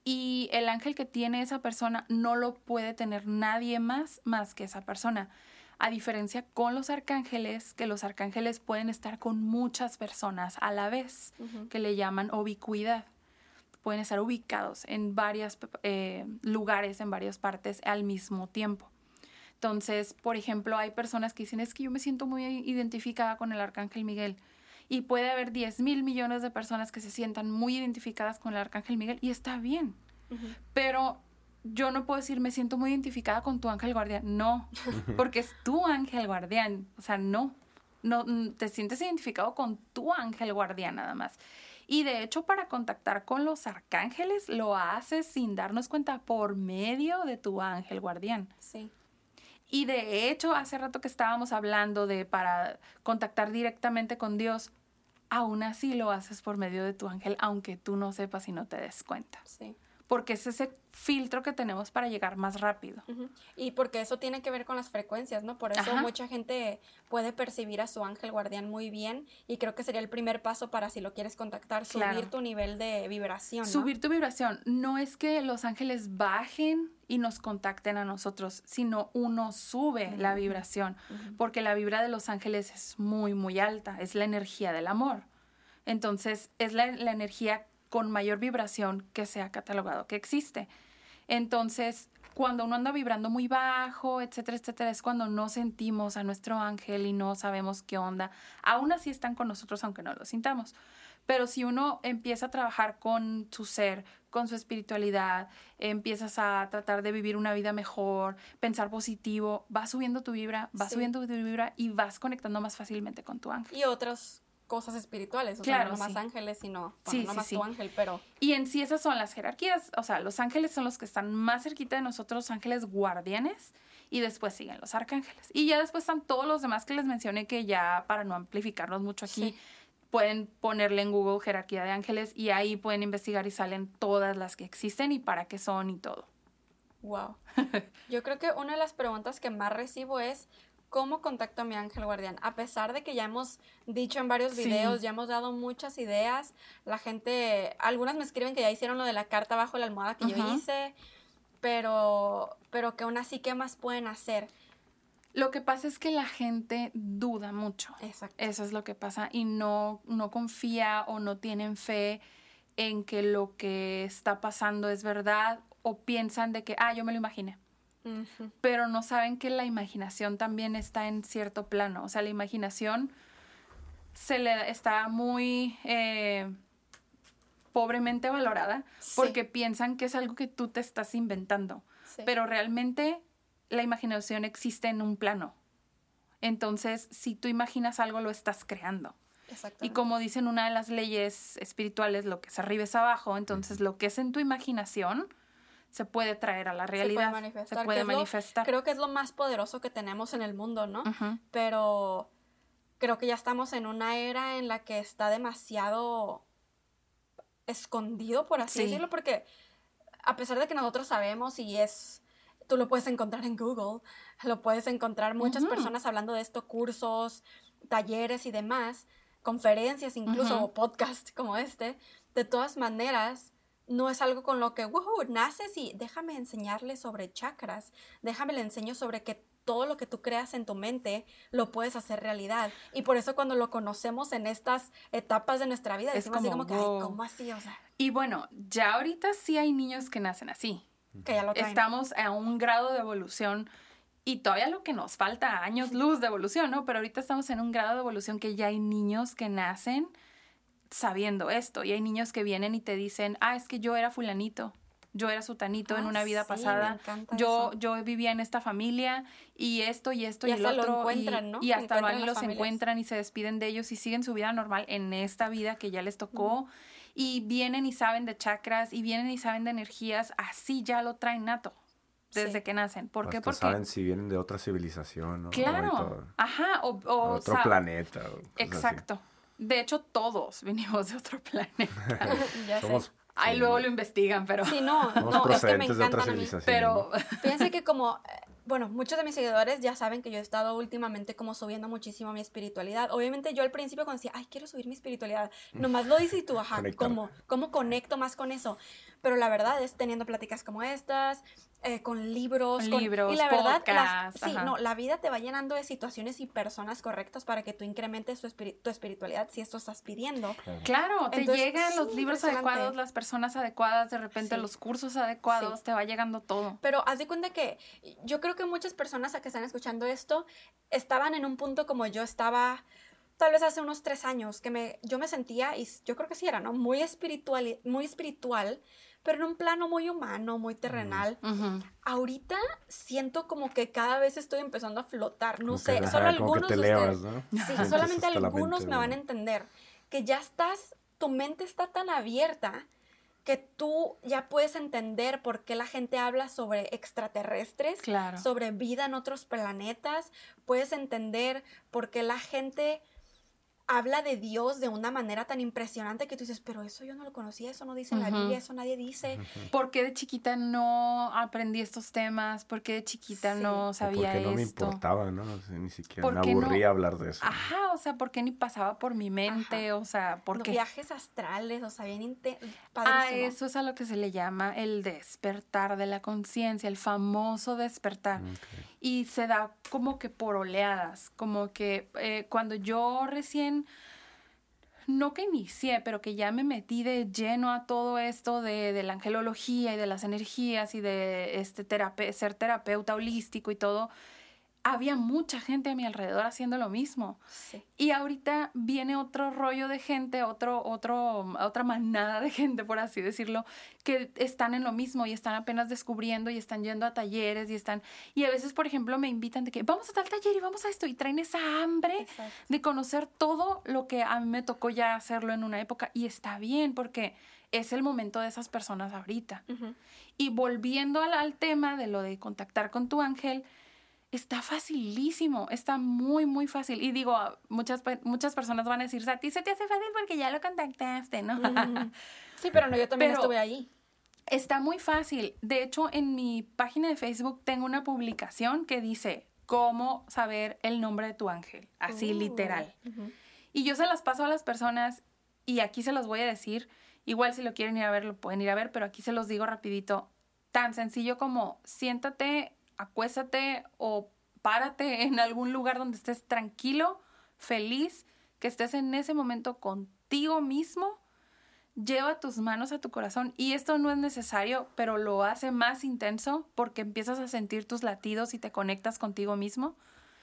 Y el ángel que tiene esa persona no lo puede tener nadie más más que esa persona. A diferencia con los arcángeles, que los arcángeles pueden estar con muchas personas a la vez, Uh-huh. que le llaman ubicuidad. Pueden estar ubicados en varios eh, lugares, en varias partes al mismo tiempo. Entonces, por ejemplo, hay personas que dicen, es que yo me siento muy identificada con el arcángel Miguel. Y puede haber diez mil millones de personas que se sientan muy identificadas con el arcángel Miguel, y está bien. Uh-huh. Pero yo no puedo decir, me siento muy identificada con tu ángel guardián. No, porque es tu ángel guardián. O sea, no. No, te sientes identificado con tu ángel guardián nada más. Y de hecho, para contactar con los arcángeles, lo haces sin darnos cuenta por medio de tu ángel guardián. Sí. Y de hecho, hace rato que estábamos hablando de para contactar directamente con Dios, aún así lo haces por medio de tu ángel, aunque tú no sepas y no te des cuenta. Sí. Porque es ese filtro que tenemos para llegar más rápido. Uh-huh. Y porque eso tiene que ver con las frecuencias, ¿no? Por eso Ajá. mucha gente puede percibir a su ángel guardián muy bien, y creo que sería el primer paso para, si lo quieres contactar, subir Claro. tu nivel de vibración, ¿no? Subir tu vibración. No es que los ángeles bajen y nos contacten a nosotros, sino uno sube Uh-huh. la vibración, Uh-huh. porque la vibra de los ángeles es muy, muy alta, es la energía del amor. Entonces, es la, la energía con mayor vibración que se ha catalogado que existe. Entonces, cuando uno anda vibrando muy bajo, etcétera, etcétera, es cuando no sentimos a nuestro ángel y no sabemos qué onda. Aún así están con nosotros, aunque no lo sintamos. Pero si uno empieza a trabajar con su ser, con su espiritualidad, empiezas a tratar de vivir una vida mejor, pensar positivo, vas subiendo tu vibra, vas Sí. subiendo tu vibra y vas conectando más fácilmente con tu ángel. Y otras cosas espirituales, o Claro, sea, no nomás sí. ángeles, sino, bueno, Sí, no sí, más sí. tu ángel, pero... Y en sí esas son las jerarquías, o sea, los ángeles son los que están más cerquita de nosotros, ángeles guardianes, y después siguen los arcángeles. Y ya después están todos los demás que les mencioné, que ya para no amplificarnos mucho aquí, Sí. pueden ponerle en Google jerarquía de ángeles y ahí pueden investigar y salen todas las que existen y para qué son y todo. Wow. Yo creo que una de las preguntas que más recibo es ¿cómo contacto a mi ángel guardián? A pesar de que ya hemos dicho en varios videos, sí. ya hemos dado muchas ideas, la gente, algunas me escriben que ya hicieron lo de la carta bajo la almohada que uh-huh. yo hice, pero, pero que aún así, ¿qué más pueden hacer? Lo que pasa es que la gente duda mucho. Exacto. Eso es lo que pasa y no, no confía o no tienen fe en que lo que está pasando es verdad o piensan de que, ah, yo me lo imaginé. Uh-huh. Pero no saben que la imaginación también está en cierto plano. O sea, la imaginación se le está muy eh, pobremente valorada sí. porque piensan que es algo que tú te estás inventando. Sí. Pero realmente la imaginación existe en un plano. Entonces, si tú imaginas algo, lo estás creando. Y como dicen una de las leyes espirituales, lo que es arriba es abajo. Entonces, uh-huh. lo que es en tu imaginación se puede traer a la realidad. Se puede manifestar. Se puede manifestar. Lo, creo que es lo más poderoso que tenemos en el mundo, ¿no? Uh-huh. Pero creo que ya estamos en una era en la que está demasiado escondido, por así sí. decirlo, porque a pesar de que nosotros sabemos y es... Tú lo puedes encontrar en Google, lo puedes encontrar muchas uh-huh. personas hablando de esto, cursos, talleres y demás, conferencias incluso, uh-huh. o podcasts como este. De todas maneras, no es algo con lo que, woohoo, naces y déjame enseñarle sobre chakras, déjame le enseño sobre que todo lo que tú creas en tu mente lo puedes hacer realidad. Y por eso cuando lo conocemos en estas etapas de nuestra vida, es decimos como, así como que, wow. ay, ¿cómo así? O sea, y bueno, ya ahorita sí hay niños que nacen así. Que ya lo traen. Estamos a un grado de evolución y todavía lo que nos falta, años luz de evolución, ¿no? Pero ahorita estamos en un grado de evolución que ya hay niños que nacen sabiendo esto. Y hay niños que vienen y te dicen, ah, es que yo era fulanito, yo era sutanito ah, en una vida sí, pasada. Me encanta yo, eso. yo vivía en esta familia y esto y esto y, y el otro. Lo encuentran, y, ¿no? y hasta van y los familias. encuentran y se despiden de ellos y siguen su vida normal en esta vida que ya les tocó. Mm. Y vienen y saben de chakras y vienen y saben de energías. Así ya lo traen nato. Desde sí. que nacen. ¿Por qué? Hasta Porque saben si vienen de otra civilización, ¿no? Claro. Ajá. O, o otro sab- planeta. O Exacto. Así. De hecho, todos venimos de otro planeta. ya Somos, sé. Ahí sí. luego lo investigan, pero... Sí, no. Somos no, procedentes es que me de otra encantan a mí. civilización. Pero fíjense que como... Bueno, muchos de mis seguidores ya saben que yo he estado últimamente como subiendo muchísimo mi espiritualidad. Obviamente yo al principio cuando decía, ay, quiero subir mi espiritualidad, nomás lo dices y tú, ajá, ¿cómo? ¿Cómo conecto más con eso? Pero la verdad es teniendo pláticas como estas, eh, con libros. Con, libros, y la verdad, podcast, las, sí, no, la vida te va llenando de situaciones y personas correctas para que tú incrementes tu, espiri- tu espiritualidad si esto estás pidiendo. Claro, te Entonces, llegan sí, los libros adecuados, las personas adecuadas, de repente sí. los cursos adecuados, sí. te va llegando todo. Pero haz de cuenta que yo creo que muchas personas a que están escuchando esto estaban en un punto como yo estaba tal vez hace unos tres años, que me, yo me sentía, y yo creo que sí era, ¿no? Muy espiritual, muy espiritual, pero en un plano muy humano, muy terrenal. Uh-huh. Ahorita siento como que cada vez estoy empezando a flotar, no como sé, que, solo ajá, algunos te de elevas, ustedes, ¿no? sí, Sientes solamente hasta la algunos mente, me van a ¿no? entender, que ya estás, tu mente está tan abierta que tú ya puedes entender por qué la gente habla sobre extraterrestres, claro. sobre vida en otros planetas, puedes entender por qué la gente habla de Dios de una manera tan impresionante que tú dices, pero eso yo no lo conocía, eso no dice en uh-huh. la Biblia, eso nadie dice. Uh-huh. ¿Por qué de chiquita no aprendí estos temas? ¿Por qué de chiquita sí. no sabía esto? Porque no me importaba, ¿no? O sea, ni siquiera me aburría no? hablar de eso. Ajá, o sea, ¿por qué ni pasaba por mi mente? Ajá. O sea, ¿por Los qué? viajes astrales, o sea, bien inte- Ah, eso es a lo que se le llama el despertar de la conciencia, el famoso despertar. Okay. Y se da como que por oleadas, como que eh, cuando yo recién, no que inicié, pero que ya me metí de lleno a todo esto de, de la angelología y de las energías y de este terape- ser terapeuta holístico y todo, había mucha gente a mi alrededor haciendo lo mismo. Sí. Y ahorita viene otro rollo de gente, otro, otro, otra manada de gente, por así decirlo, que están en lo mismo y están apenas descubriendo y están yendo a talleres y están... Y a veces, por ejemplo, me invitan de que vamos a tal taller y vamos a esto y traen esa hambre Exacto. de conocer todo lo que a mí me tocó ya hacerlo en una época. Y está bien porque es el momento de esas personas ahorita. Uh-huh. Y volviendo al, al tema de lo de contactar con tu ángel, está facilísimo, está muy, muy fácil. Y digo, muchas, muchas personas van a decir, a ti se te hace fácil porque ya lo contactaste, ¿no? Mm. Sí, pero no, yo también pero, estuve ahí. Está muy fácil. De hecho, en mi página de Facebook tengo una publicación que dice cómo saber el nombre de tu ángel. Así, Uh, literal. uh-huh. Y yo se las paso a las personas y aquí se los voy a decir. Igual si lo quieren ir a ver, lo pueden ir a ver, pero aquí se los digo rapidito. Tan sencillo como siéntate, acuéstate o párate en algún lugar donde estés tranquilo, feliz, que estés en ese momento contigo mismo. Lleva tus manos a tu corazón y esto no es necesario, pero lo hace más intenso porque empiezas a sentir tus latidos y te conectas contigo mismo.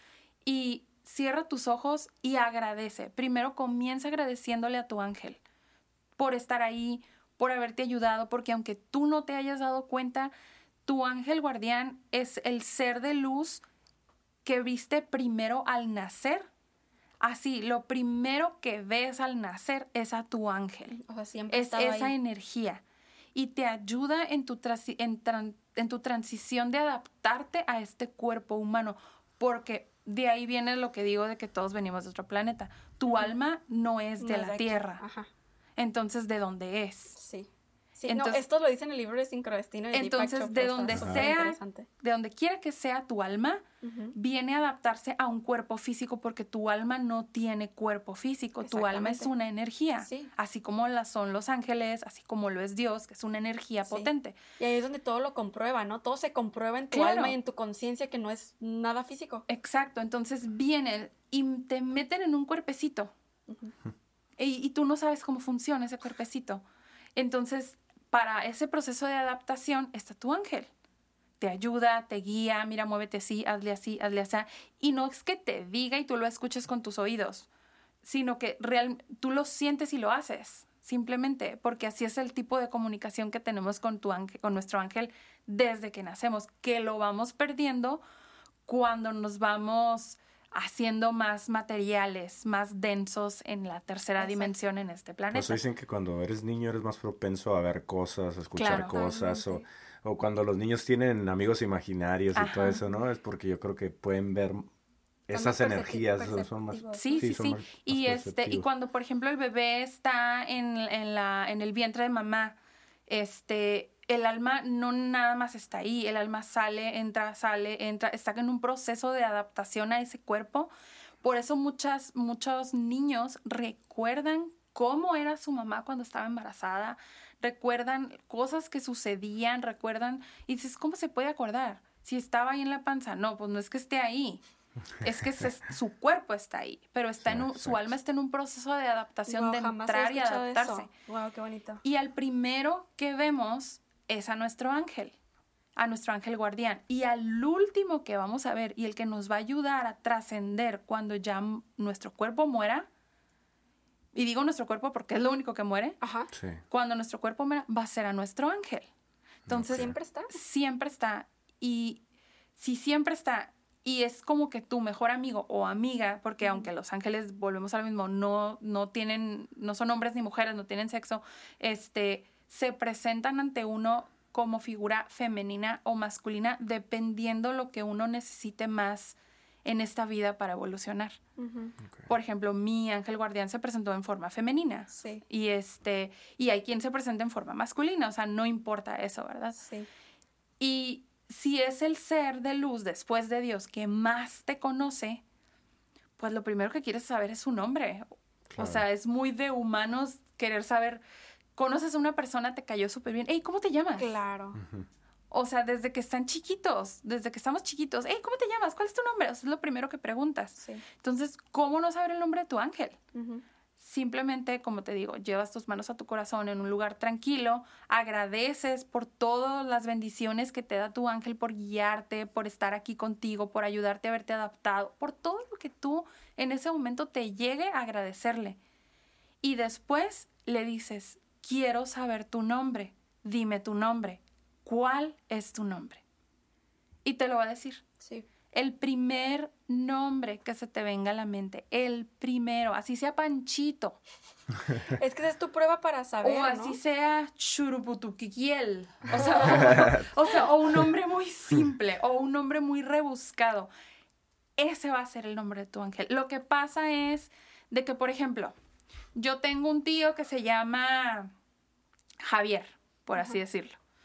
Y cierra tus ojos y agradece. Primero comienza agradeciéndole a tu ángel por estar ahí, por haberte ayudado, porque aunque tú no te hayas dado cuenta, tu ángel guardián es el ser de luz que viste primero al nacer. Así, lo primero que ves al nacer es a tu ángel. O sea, siempre Es estaba esa ahí. energía. Y te ayuda en tu, trasi- en, tran- en tu transición de adaptarte a este cuerpo humano. Porque de ahí viene lo que digo de que todos venimos de otro planeta. Tu alma no es de No es la aquí. Tierra. Ajá, Entonces, ¿de dónde es? sí. Sí, Entonces- no, esto lo dice en el libro de Sincrodestino de Deepak Entonces, Chopra, de está donde súper sea, interesante. de donde quiera que sea tu alma, Ujú. viene a adaptarse a un cuerpo físico porque tu alma no tiene cuerpo físico. Tu alma es Exactamente. una energía. Sí. Así como la son los ángeles, así como lo es Dios, que es una energía Sí. potente. Y ahí es donde todo lo comprueba, ¿no? Todo se comprueba en tu Claro. alma y en tu conciencia que no es nada físico. Exacto. Entonces vienen y te meten en un cuerpecito. Ujú. Y, y tú no sabes cómo funciona ese cuerpecito. Entonces, para ese proceso de adaptación está tu ángel. Te ayuda, te guía, mira, muévete así, hazle así, hazle así. Y no es que te diga y tú lo escuches con tus oídos, sino que real, tú lo sientes y lo haces, simplemente, porque así es el tipo de comunicación que tenemos con, tu ángel, con nuestro ángel desde que nacemos, que lo vamos perdiendo cuando nos vamos haciendo más materiales, más densos en la tercera Exacto. dimensión en este planeta. Por eso dicen que cuando eres niño eres más propenso a ver cosas, a escuchar Claro. cosas, o, Totalmente. o cuando los niños tienen amigos imaginarios y todo Ajá. eso, ¿no? Es porque yo creo que pueden ver esas más percepti- energías, son- son más... perceptivos. Sí, sí, son sí. más- más Y este, y perceptivos. cuando, por ejemplo, el bebé está en, en la, en el vientre de mamá, este, el alma no nada más está ahí, el alma sale, entra, sale, entra, está en un proceso de adaptación a ese cuerpo. Por eso muchas, muchos niños recuerdan cómo era su mamá cuando estaba embarazada, recuerdan cosas que sucedían, recuerdan, y dices, ¿cómo se puede acordar? Si estaba ahí en la panza, no, pues no es que esté ahí, es que se- su cuerpo está ahí, pero está Sí, en un, su exacto. alma está en un proceso de adaptación Guau, de jamás he entrar y escuchado adaptarse. eso. Wow, qué bonito. Y al primero que vemos es a nuestro ángel, a nuestro ángel guardián. Y al último que vamos a ver y el que nos va a ayudar a trascender cuando ya m- nuestro cuerpo muera, y digo nuestro cuerpo porque es lo único que muere, Ajá. Sí. cuando nuestro cuerpo muera va a ser a nuestro ángel. Entonces, Siempre está. siempre está. Y si siempre está y es como que tu mejor amigo o amiga, porque Ujú. aunque los ángeles, volvemos a lo mismo, no, no tienen, no son hombres ni mujeres, no tienen sexo, este, se presentan ante uno como figura femenina o masculina, dependiendo lo que uno necesite más en esta vida para evolucionar. Ujú. Ok. Por ejemplo, mi ángel guardián se presentó en forma femenina. Sí, Y este, y hay quien se presenta en forma masculina, o sea, no importa eso, ¿verdad? sí. Y si es el ser de luz después de Dios que más te conoce, pues lo primero que quieres saber es su nombre. O Claro. sea, es muy de humanos querer saber, conoces a una persona, te cayó súper bien, hey, ¿cómo te llamas? Claro. Ujú. O sea, desde que están chiquitos, desde que estamos chiquitos, hey, ¿cómo te llamas? ¿Cuál es tu nombre? Eso es lo primero que preguntas. Sí. Entonces, ¿cómo no saber el nombre de tu ángel? Ujú. Simplemente, como te digo, llevas tus manos a tu corazón en un lugar tranquilo, agradeces por todas las bendiciones que te da tu ángel, por guiarte, por estar aquí contigo, por ayudarte a verte adaptado, por todo lo que tú en ese momento te llegue a agradecerle. Y después le dices, quiero saber tu nombre, dime tu nombre, ¿cuál es tu nombre? Y te lo va a decir. Sí. El primer nombre que se te venga a la mente, el primero, así sea Panchito, Es que esa es tu prueba para saber, o ¿no? así sea Churuputuquiquiel, o sea, o, o sea, o un nombre muy simple, o un nombre muy rebuscado. Ese va a ser el nombre de tu ángel. Lo que pasa es de que, por ejemplo, yo tengo un tío que se llama Javier, por así Ajá. decirlo.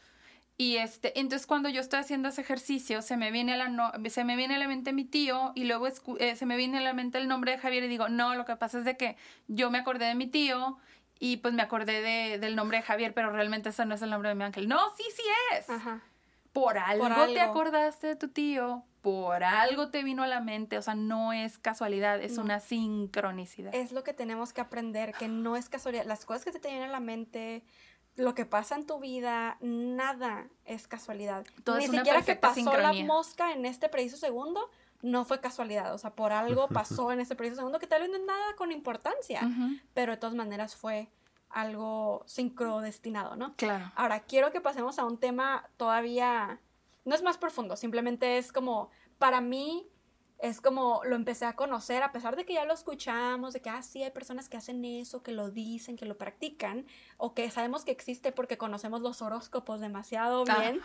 Y este, entonces cuando yo estoy haciendo ese ejercicio, se me viene a la, no, se me viene a la mente mi tío y luego escu- eh, se me viene a la mente el nombre de Javier y digo, no, lo que pasa es de que yo me acordé de mi tío y pues me acordé de, del nombre de Javier, pero realmente ese no es el nombre de mi ángel. No, sí, sí es. Ajá. Por algo, Por algo. te acordaste de tu tío, por algo te vino a la mente, o sea, no es casualidad, es No. una sincronicidad. Es lo que tenemos que aprender, que no es casualidad. Las cosas que se te vienen a la mente, lo que pasa en tu vida, nada es casualidad. Todo Ni es una siquiera que perfecta pasó sincronía. la mosca en este preciso segundo, no fue casualidad. O sea, por algo pasó en este preciso segundo que tal vez no es nada con importancia, Ujú, pero de todas maneras fue algo sincrodestinado, ¿no? claro. Ahora, quiero que pasemos a un tema todavía, no es más profundo, simplemente es como, para mí, es como lo empecé a conocer, a pesar de que ya lo escuchamos, de que, ah, sí, hay personas que hacen eso, que lo dicen, que lo practican, o que sabemos que existe porque conocemos los horóscopos demasiado bien,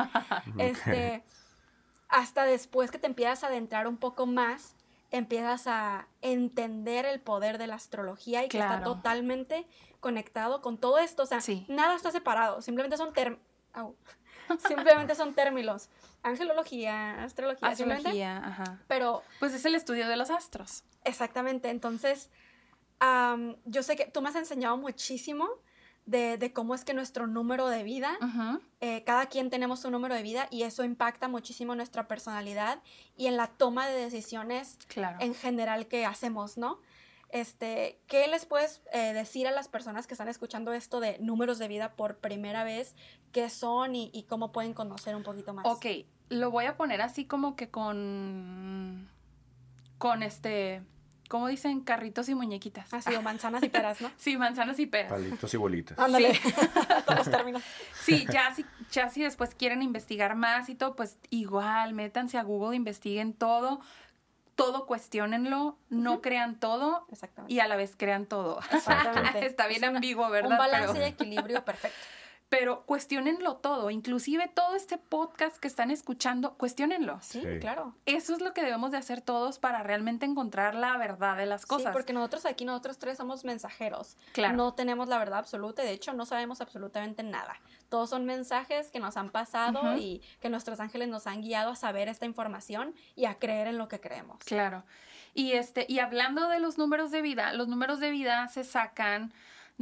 este, hasta después que te empiezas a adentrar un poco más, empiezas a entender el poder de la astrología y que está Claro. totalmente conectado con todo esto, o sea, Sí. nada está separado, simplemente son términos, simplemente son términos, angelología, astrología, simplemente, Astrología, ajá. pero Pues es el estudio de los astros. exactamente, entonces, am, yo sé que tú me has enseñado muchísimo de, de cómo es que nuestro número de vida, Ujú, eh, cada quien tenemos un número de vida y eso impacta muchísimo nuestra personalidad y en la toma de decisiones claro. en general que hacemos, ¿no? Este, ¿qué les puedes eh, decir a las personas que están escuchando esto de números de vida por primera vez? ¿Qué son y, y cómo pueden conocer un poquito más? Ok, lo voy a poner así como que con... Con este... ¿Cómo dicen? Carritos y muñequitas. Así, o manzanas y peras, ¿no? Sí, manzanas y peras. Palitos y bolitas. Ándale, Sí. todos los términos. Sí, ya si, ya si después quieren investigar más y todo, pues igual, métanse a Google, investiguen todo, todo cuestiónenlo, no Ujú. crean todo Exactamente. y a la vez crean todo. Exactamente. Está bien Es una- ambiguo, ¿verdad? Un balance Pero- y equilibrio perfecto. Pero cuestiónenlo todo, inclusive todo este podcast que están escuchando, cuestiónenlo. Sí, Sí. claro. Eso es lo que debemos de hacer todos para realmente encontrar la verdad de las cosas. Sí, porque nosotros aquí, nosotros tres somos mensajeros. Claro. No tenemos la verdad absoluta y de hecho no sabemos absolutamente nada. Todos son mensajes que nos han pasado Ujú. y que nuestros ángeles nos han guiado a saber esta información y a creer en lo que creemos. Claro. Y este, y hablando de los números de vida, los números de vida se sacan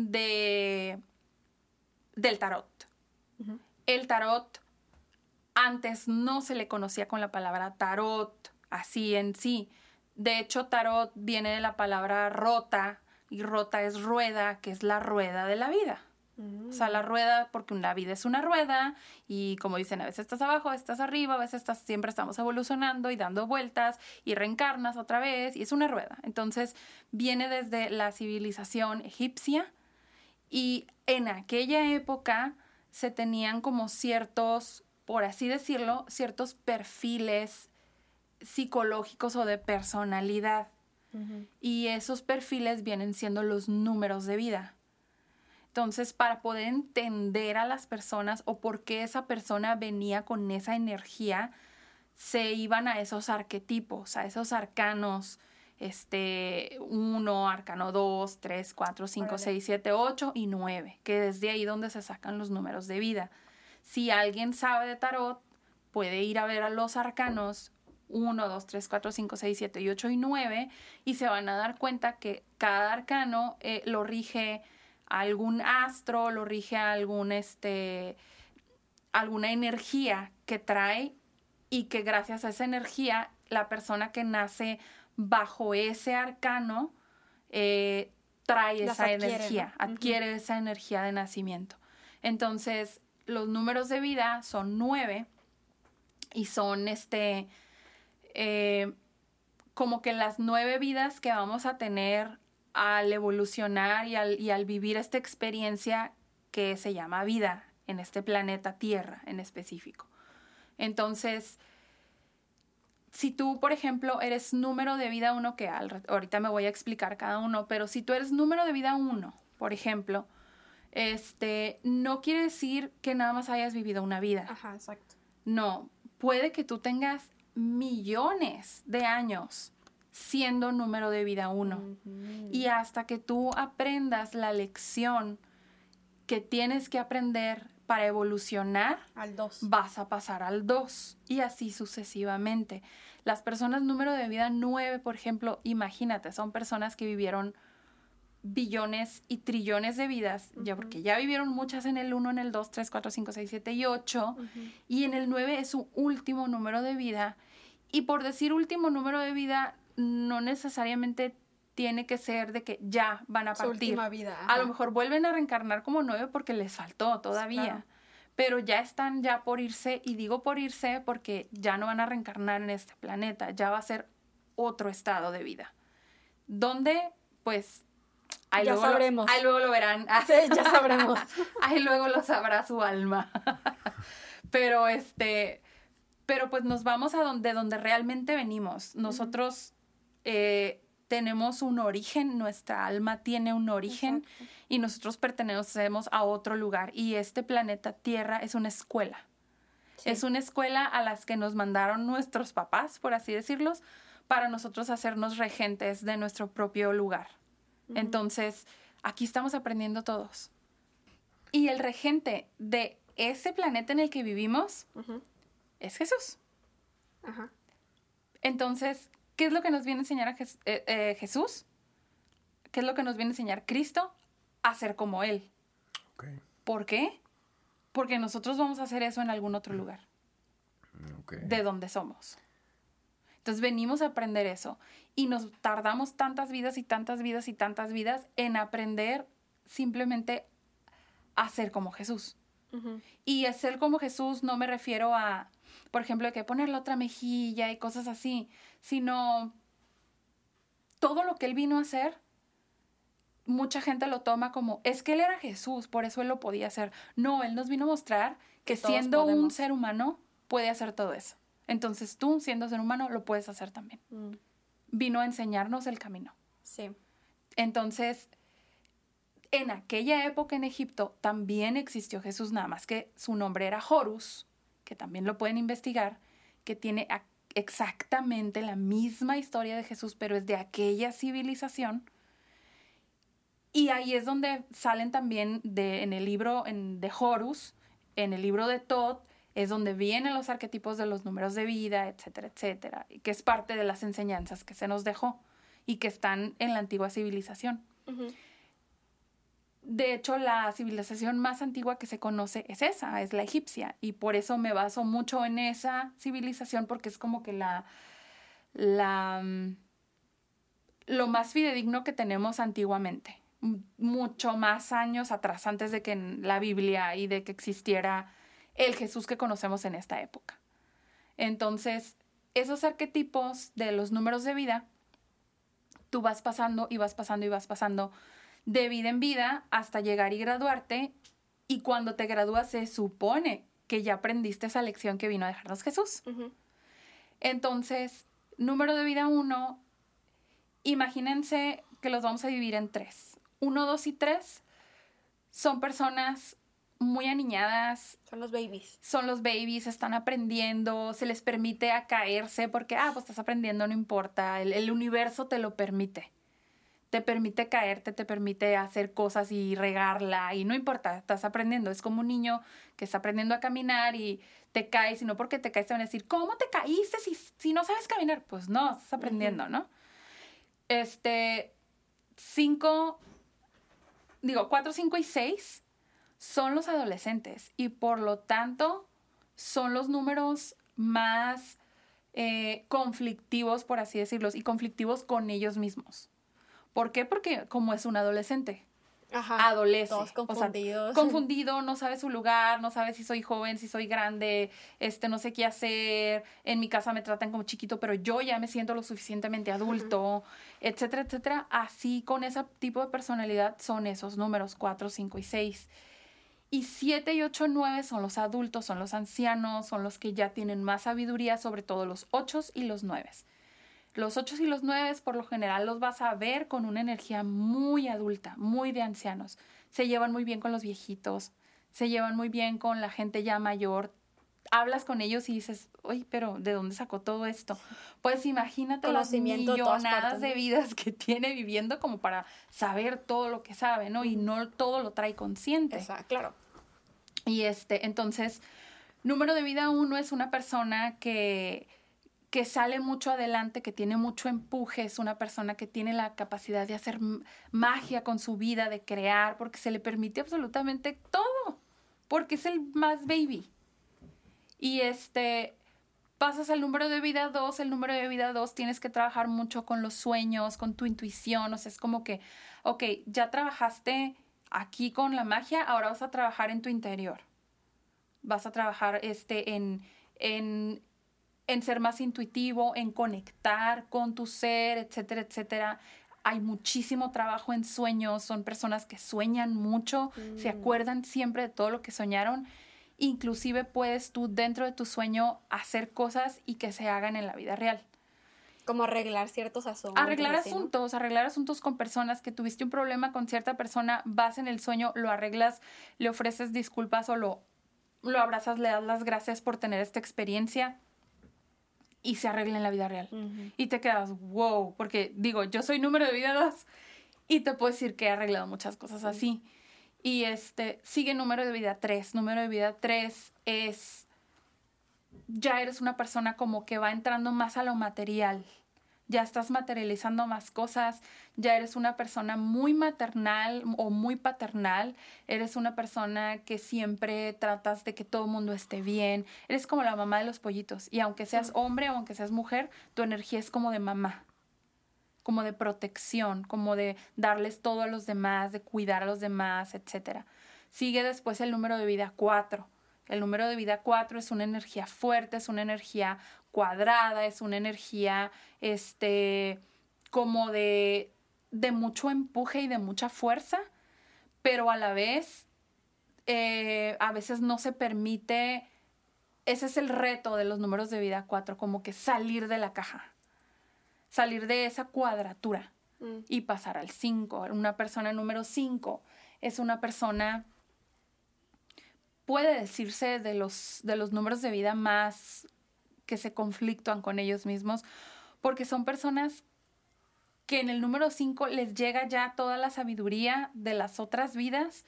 de del tarot. Ujú. El tarot antes no se le conocía con la palabra tarot, así en sí. De hecho, tarot viene de la palabra rota, y rota es rueda, que es la rueda de la vida. Mm. O sea, la rueda, porque la vida es una rueda, y como dicen, a veces estás abajo, a veces estás arriba, a veces estás, siempre estamos evolucionando y dando vueltas, y reencarnas otra vez, y es una rueda. Entonces, viene desde la civilización egipcia, y en aquella época se tenían como ciertos, por así decirlo, ciertos perfiles psicológicos o de personalidad. Ujú. Y esos perfiles vienen siendo los números de vida. Entonces, para poder entender a las personas o por qué esa persona venía con esa energía, se iban a esos arquetipos, a esos arcanos, este, uno, arcano dos, tres, cuatro, cinco, Órale. seis, siete, ocho y nueve, que desde ahí donde se sacan los números de vida. Si alguien sabe de tarot, puede ir a ver a los arcanos uno, dos, tres, cuatro, cinco, seis, siete y ocho y nueve y se van a dar cuenta que cada arcano eh, lo rige algún astro, lo rige algún, este, alguna energía que trae y que gracias a esa energía la persona que nace bajo ese arcano eh, trae Las esa adquiere, energía, ¿no? Ujú. adquiere esa energía de nacimiento. Entonces, los números de vida son nueve y son este eh, como que las nueve vidas que vamos a tener al evolucionar y al, y al vivir esta experiencia que se llama vida en este planeta Tierra en específico. Entonces, si tú, por ejemplo, eres número de vida uno, que al, ahorita me voy a explicar cada uno, pero si tú eres número de vida uno, por ejemplo, este, no quiere decir que nada más hayas vivido una vida. Ajá, exacto. No, puede que tú tengas millones de años siendo número de vida uno. Ujú. Y hasta que tú aprendas la lección que tienes que aprender para evolucionar, al dos. Vas a pasar al dos y así sucesivamente. Las personas número de vida nueve, por ejemplo, imagínate, son personas que vivieron billones y trillones de vidas, uh-huh. ya porque ya vivieron muchas en el uno, en el dos, tres, cuatro, cinco, seis, siete y ocho, uh-huh. y en el nueve es su último número de vida. Y por decir último número de vida, no necesariamente tiene que ser de que ya van a partir. Su última vida. Ajá. A lo mejor vuelven a reencarnar como nueve porque les faltó todavía. Claro. Pero ya están ya por irse, y digo por irse porque ya no van a reencarnar en este planeta, ya va a ser otro estado de vida. ¿Dónde? Pues ahí, ya luego, sabremos. Lo, ahí luego lo verán. Sí, ya sabremos. Ahí luego lo sabrá su alma. Pero este, pero pues nos vamos a donde, donde realmente venimos. Nosotros eh, tenemos un origen, nuestra alma tiene un origen. Exacto. Y nosotros pertenecemos a otro lugar. Y este planeta Tierra es una escuela. Sí. Es una escuela a las que nos mandaron nuestros papás, por así decirlos, para nosotros hacernos regentes de nuestro propio lugar. Uh-huh. Entonces, aquí estamos aprendiendo todos. Y el regente de ese planeta en el que vivimos uh-huh. es Jesús. Uh-huh. Entonces, ¿qué es lo que nos viene a enseñar a Jes- eh, eh, Jesús? ¿Qué es lo que nos viene a enseñar Cristo? A ser como Él. Okay. ¿Por qué? Porque nosotros vamos a hacer eso en algún otro lugar. Okay. De donde somos. Entonces venimos a aprender eso. Y nos tardamos tantas vidas y tantas vidas y tantas vidas en aprender simplemente a ser como Jesús. Uh-huh. Y a ser como Jesús no me refiero a, por ejemplo, de que poner la otra mejilla y cosas así, sino todo lo que Él vino a hacer. Mucha gente lo toma como, es que Él era Jesús, por eso Él lo podía hacer. No, Él nos vino a mostrar que, que siendo podemos. Un ser humano puede hacer todo eso. Entonces tú, siendo ser humano, lo puedes hacer también. Mm. Vino a enseñarnos el camino. Sí. Entonces, en aquella época en Egipto también existió Jesús, nada más que su nombre era Horus, que también lo pueden investigar, que tiene a- exactamente la misma historia de Jesús, pero es de aquella civilización. Y ahí es donde salen también de, en el libro en, de Horus, en el libro de Thoth, es donde vienen los arquetipos de los números de vida, etcétera, etcétera, y que es parte de las enseñanzas que se nos dejó y que están en la antigua civilización. Uh-huh. De hecho, la civilización más antigua que se conoce es esa, es la egipcia, y por eso me baso mucho en esa civilización, porque es como que la... la lo más fidedigno que tenemos antiguamente. Mucho más años atrás, antes de que en la Biblia y de que existiera el Jesús que conocemos en esta época. Entonces, esos arquetipos de los números de vida, tú vas pasando y vas pasando y vas pasando de vida en vida hasta llegar y graduarte, y cuando te gradúas se supone que ya aprendiste esa lección que vino a dejarnos Jesús. Uh-huh. Entonces, número de vida uno, imagínense que los vamos a dividir en tres. Uno, dos y tres son personas muy aniñadas. Son los babies. Son los babies, están aprendiendo, se les permite a caerse porque, ah, pues estás aprendiendo, no importa. El, el universo te lo permite. Te permite caerte, te permite hacer cosas y regarla y no importa, estás aprendiendo. Es como un niño que está aprendiendo a caminar y te caes y no porque te caes te van a decir, ¿cómo te caíste si, si no sabes caminar? Pues no, estás aprendiendo, uh-huh. ¿no? Este, cinco... Digo, cuatro, cinco y seis son los adolescentes y por lo tanto son los números más eh, conflictivos, por así decirlos, y conflictivos con ellos mismos. ¿Por qué? Porque como es un adolescente, Ajá, adolece. Todos confundidos. O sea, confundido, no sabe su lugar, no sabe si soy joven, si soy grande, este, no sé qué hacer. En mi casa me tratan como chiquito, pero yo ya me siento lo suficientemente adulto, uh-huh. etcétera, etcétera. Así, con ese tipo de personalidad son esos números cuatro, cinco y seis. Y siete y ocho, nueve son los adultos, son los ancianos, son los que ya tienen más sabiduría, sobre todo los ocho y los nueve. Los ocho y los nueve, por lo general, los vas a ver con una energía muy adulta, muy de ancianos. Se llevan muy bien con los viejitos, se llevan muy bien con la gente ya mayor. Hablas con ellos y dices, oye, pero ¿de dónde sacó todo esto? Pues imagínate las millonadas de vidas que tiene viviendo como para saber todo lo que sabe, ¿no? Y no todo lo trae consciente. Exacto, claro. Y este, entonces, número de vida uno es una persona que, que sale mucho adelante, que tiene mucho empuje, es una persona que tiene la capacidad de hacer magia con su vida, de crear, porque se le permite absolutamente todo, porque es el más baby. Y este, pasas al número de vida dos, el número de vida dos tienes que trabajar mucho con los sueños, con tu intuición, o sea, es como que, ok, ya trabajaste aquí con la magia, ahora vas a trabajar en tu interior. Vas a trabajar este, en, en, en ser más intuitivo, en conectar con tu ser, etcétera, etcétera. Hay muchísimo trabajo en sueños, son personas que sueñan mucho, mm. se acuerdan siempre de todo lo que soñaron. Inclusive puedes tú dentro de tu sueño hacer cosas y que se hagan en la vida real. Como arreglar ciertos asuntos. Arreglar así, asuntos, ¿no? Arreglar asuntos con personas, que tuviste un problema con cierta persona, vas en el sueño, lo arreglas, le ofreces disculpas o lo, lo abrazas, le das las gracias por tener esta experiencia y se arregla en la vida real. Uh-huh. Y te quedas, wow, porque digo, yo soy número de vida dos y te puedo decir que he arreglado muchas cosas uh-huh. así. Y este, sigue número de vida tres. Número de vida tres es, ya eres una persona como que va entrando más a lo material. Ya estás materializando más cosas, ya eres una persona muy maternal o muy paternal, eres una persona que siempre tratas de que todo el mundo esté bien, eres como la mamá de los pollitos. Y aunque seas hombre o aunque seas mujer, tu energía es como de mamá, como de protección, como de darles todo a los demás, de cuidar a los demás, etcétera. Sigue después el número de vida cuatro. El número de vida cuatro es una energía fuerte, es una energía cuadrada, es una energía este, como de, de mucho empuje y de mucha fuerza, pero a la vez eh, a veces no se permite, ese es el reto de los números de vida cuatro, como que salir de la caja, salir de esa cuadratura mm. y pasar al cinco. Una persona número cinco es una persona, puede decirse de los, de los números de vida más que se conflictúan con ellos mismos, porque son personas que en el número cinco les llega ya toda la sabiduría de las otras vidas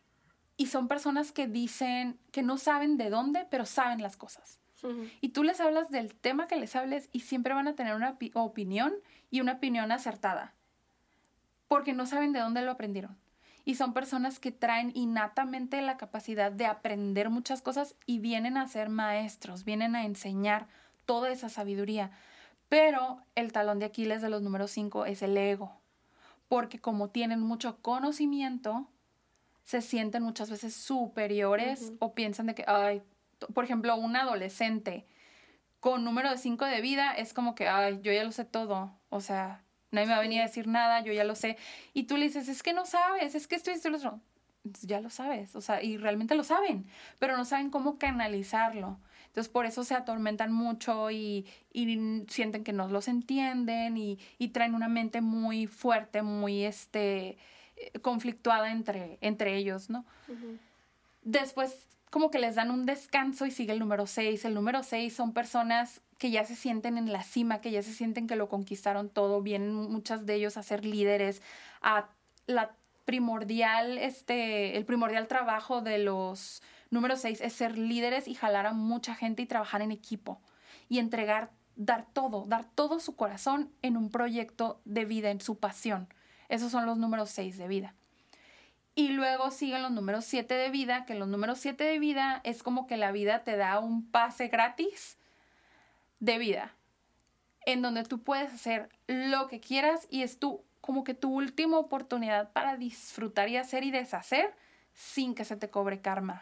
y son personas que dicen que no saben de dónde, pero saben las cosas. Uh-huh. Y tú les hablas del tema que les hables y siempre van a tener una pi- opinión y una opinión acertada, porque no saben de dónde lo aprendieron. Y son personas que traen innatamente la capacidad de aprender muchas cosas y vienen a ser maestros, vienen a enseñar toda esa sabiduría. Pero el talón de Aquiles de los números cinco es el ego. Porque como tienen mucho conocimiento, se sienten muchas veces superiores uh-huh. o piensan de que, ay, por ejemplo, un adolescente con número de cinco de vida es como que, ay, yo ya lo sé todo. O sea, nadie me va a venir a decir nada, yo ya lo sé. Y tú le dices, es que no sabes, es que esto y esto y lo otro. Ya lo sabes, o sea, y realmente lo saben, pero no saben cómo canalizarlo. Entonces, por eso se atormentan mucho y, y sienten que no los entienden y, y traen una mente muy fuerte, muy este, conflictuada entre, entre ellos, ¿no? Uh-huh. Después, como que les dan un descanso y sigue el número seis. El número seis son personas que ya se sienten en la cima, que ya se sienten que lo conquistaron todo. Vienen muchas de ellos a ser líderes, a la primordial, este, el primordial trabajo de los números seis es ser líderes y jalar a mucha gente y trabajar en equipo y entregar, dar todo, dar todo su corazón en un proyecto de vida, en su pasión. Esos son los números seis de vida. Y luego siguen los números siete de vida, que los números siete de vida es como que la vida te da un pase gratis de vida, en donde tú puedes hacer lo que quieras y es tu, como que tu última oportunidad para disfrutar y hacer y deshacer sin que se te cobre karma.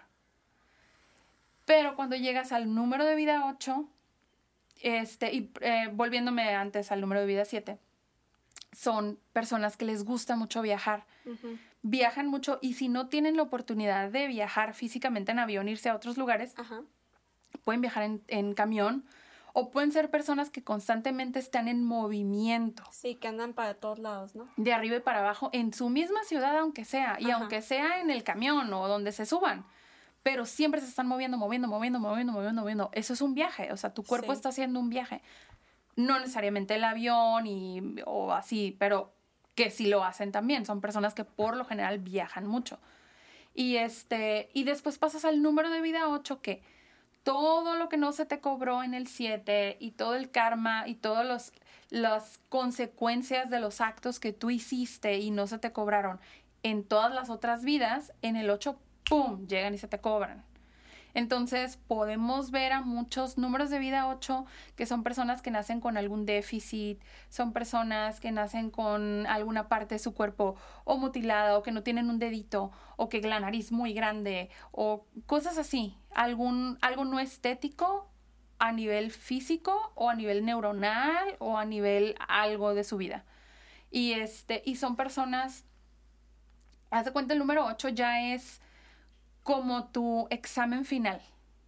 Pero cuando llegas al número de vida ocho, este, y eh, volviéndome antes al número de vida siete, son personas que les gusta mucho viajar. Uh-huh. Viajan mucho y si no tienen la oportunidad de viajar físicamente en avión, irse a otros lugares, uh-huh. pueden viajar en, en camión o pueden ser personas que constantemente están en movimiento. Sí, que andan para todos lados, ¿no? De arriba y para abajo, en su misma ciudad aunque sea, y uh-huh. aunque sea en el camión o donde se suban, pero siempre se están moviendo, moviendo, moviendo, moviendo, moviendo, moviendo. Eso es un viaje, o sea, tu cuerpo sí. está haciendo un viaje. No necesariamente el avión y, o así, pero que sí lo hacen también. Son personas que por lo general viajan mucho. Y, este, y después pasas al número de vida ocho, que todo lo que no se te cobró en el siete y todo el karma y todas los, las consecuencias de los actos que tú hiciste y no se te cobraron en todas las otras vidas, en el ocho, ¡pum!, llegan y se te cobran. Entonces, podemos ver a muchos números de vida ocho que son personas que nacen con algún déficit, son personas que nacen con alguna parte de su cuerpo o mutilada, o que no tienen un dedito, o que la nariz muy grande, o cosas así. Algún, algo no estético a nivel físico, o a nivel neuronal, o a nivel algo de su vida. Y, este, y son personas, haz de cuenta, el número ocho ya es como tu examen final.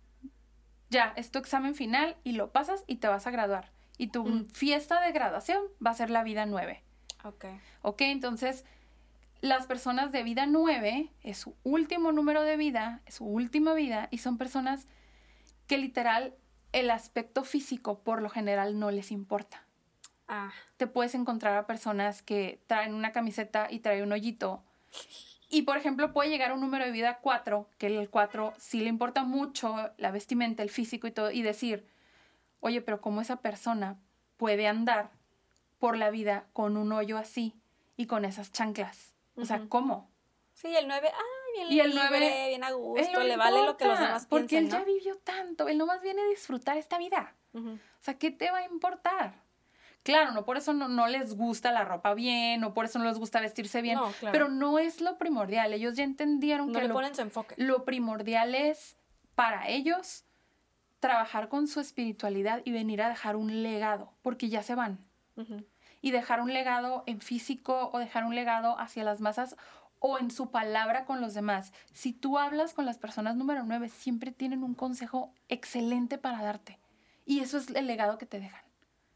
Ya, es tu examen final y lo pasas y te vas a graduar. Y tu mm. fiesta de graduación va a ser la vida nueve. Ok. Ok, entonces, las personas de vida nueve es su último número de vida, es su última vida, y son personas que literal el aspecto físico por lo general no les importa. Ah. Te puedes encontrar a personas que traen una camiseta y traen un hoyito. Y, por ejemplo, puede llegar a un número de vida cuatro, que el cuatro sí le importa mucho la vestimenta, el físico y todo, y decir, oye, pero ¿cómo esa persona puede andar por la vida con un hoyo así y con esas chanclas? O sea, ¿cómo? Sí, el nueve, ah, bien y el libre, nueve, bien a gusto, no le importa, vale lo que los demás porque piensen, él ¿no? ya vivió tanto, él nomás viene a disfrutar esta vida. Uh-huh. O sea, ¿qué te va a importar? Claro, no por eso no, no les gusta la ropa bien, no por eso no les gusta vestirse bien, no, claro. pero no es lo primordial. Ellos ya entendieron no que le lo, ponen su enfoque. Lo primordial es para ellos trabajar con su espiritualidad y venir a dejar un legado, porque ya se van. Uh-huh. Y dejar un legado en físico o dejar un legado hacia las masas o en su palabra con los demás. Si tú hablas con las personas número nueve, siempre tienen un consejo excelente para darte. Y eso es el legado que te dejan.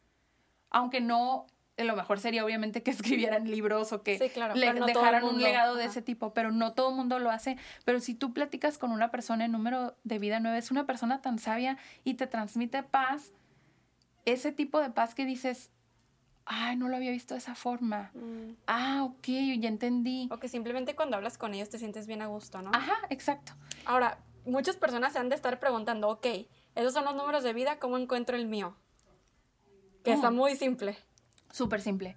Aunque no, lo mejor sería obviamente que escribieran libros o que sí, claro, le no dejaran un legado de Ajá. ese tipo, pero no todo el mundo lo hace. Pero si tú platicas con una persona en número de vida nueve, es una persona tan sabia y te transmite paz, ese tipo de paz que dices, ay, no lo había visto de esa forma. Mm. Ah, ok, ya entendí. O que simplemente cuando hablas con ellos te sientes bien a gusto, ¿no? Ajá, exacto. Ahora, muchas personas se han de estar preguntando, ok, esos son los números de vida, ¿cómo encuentro el mío? Que oh. está muy simple. Súper simple.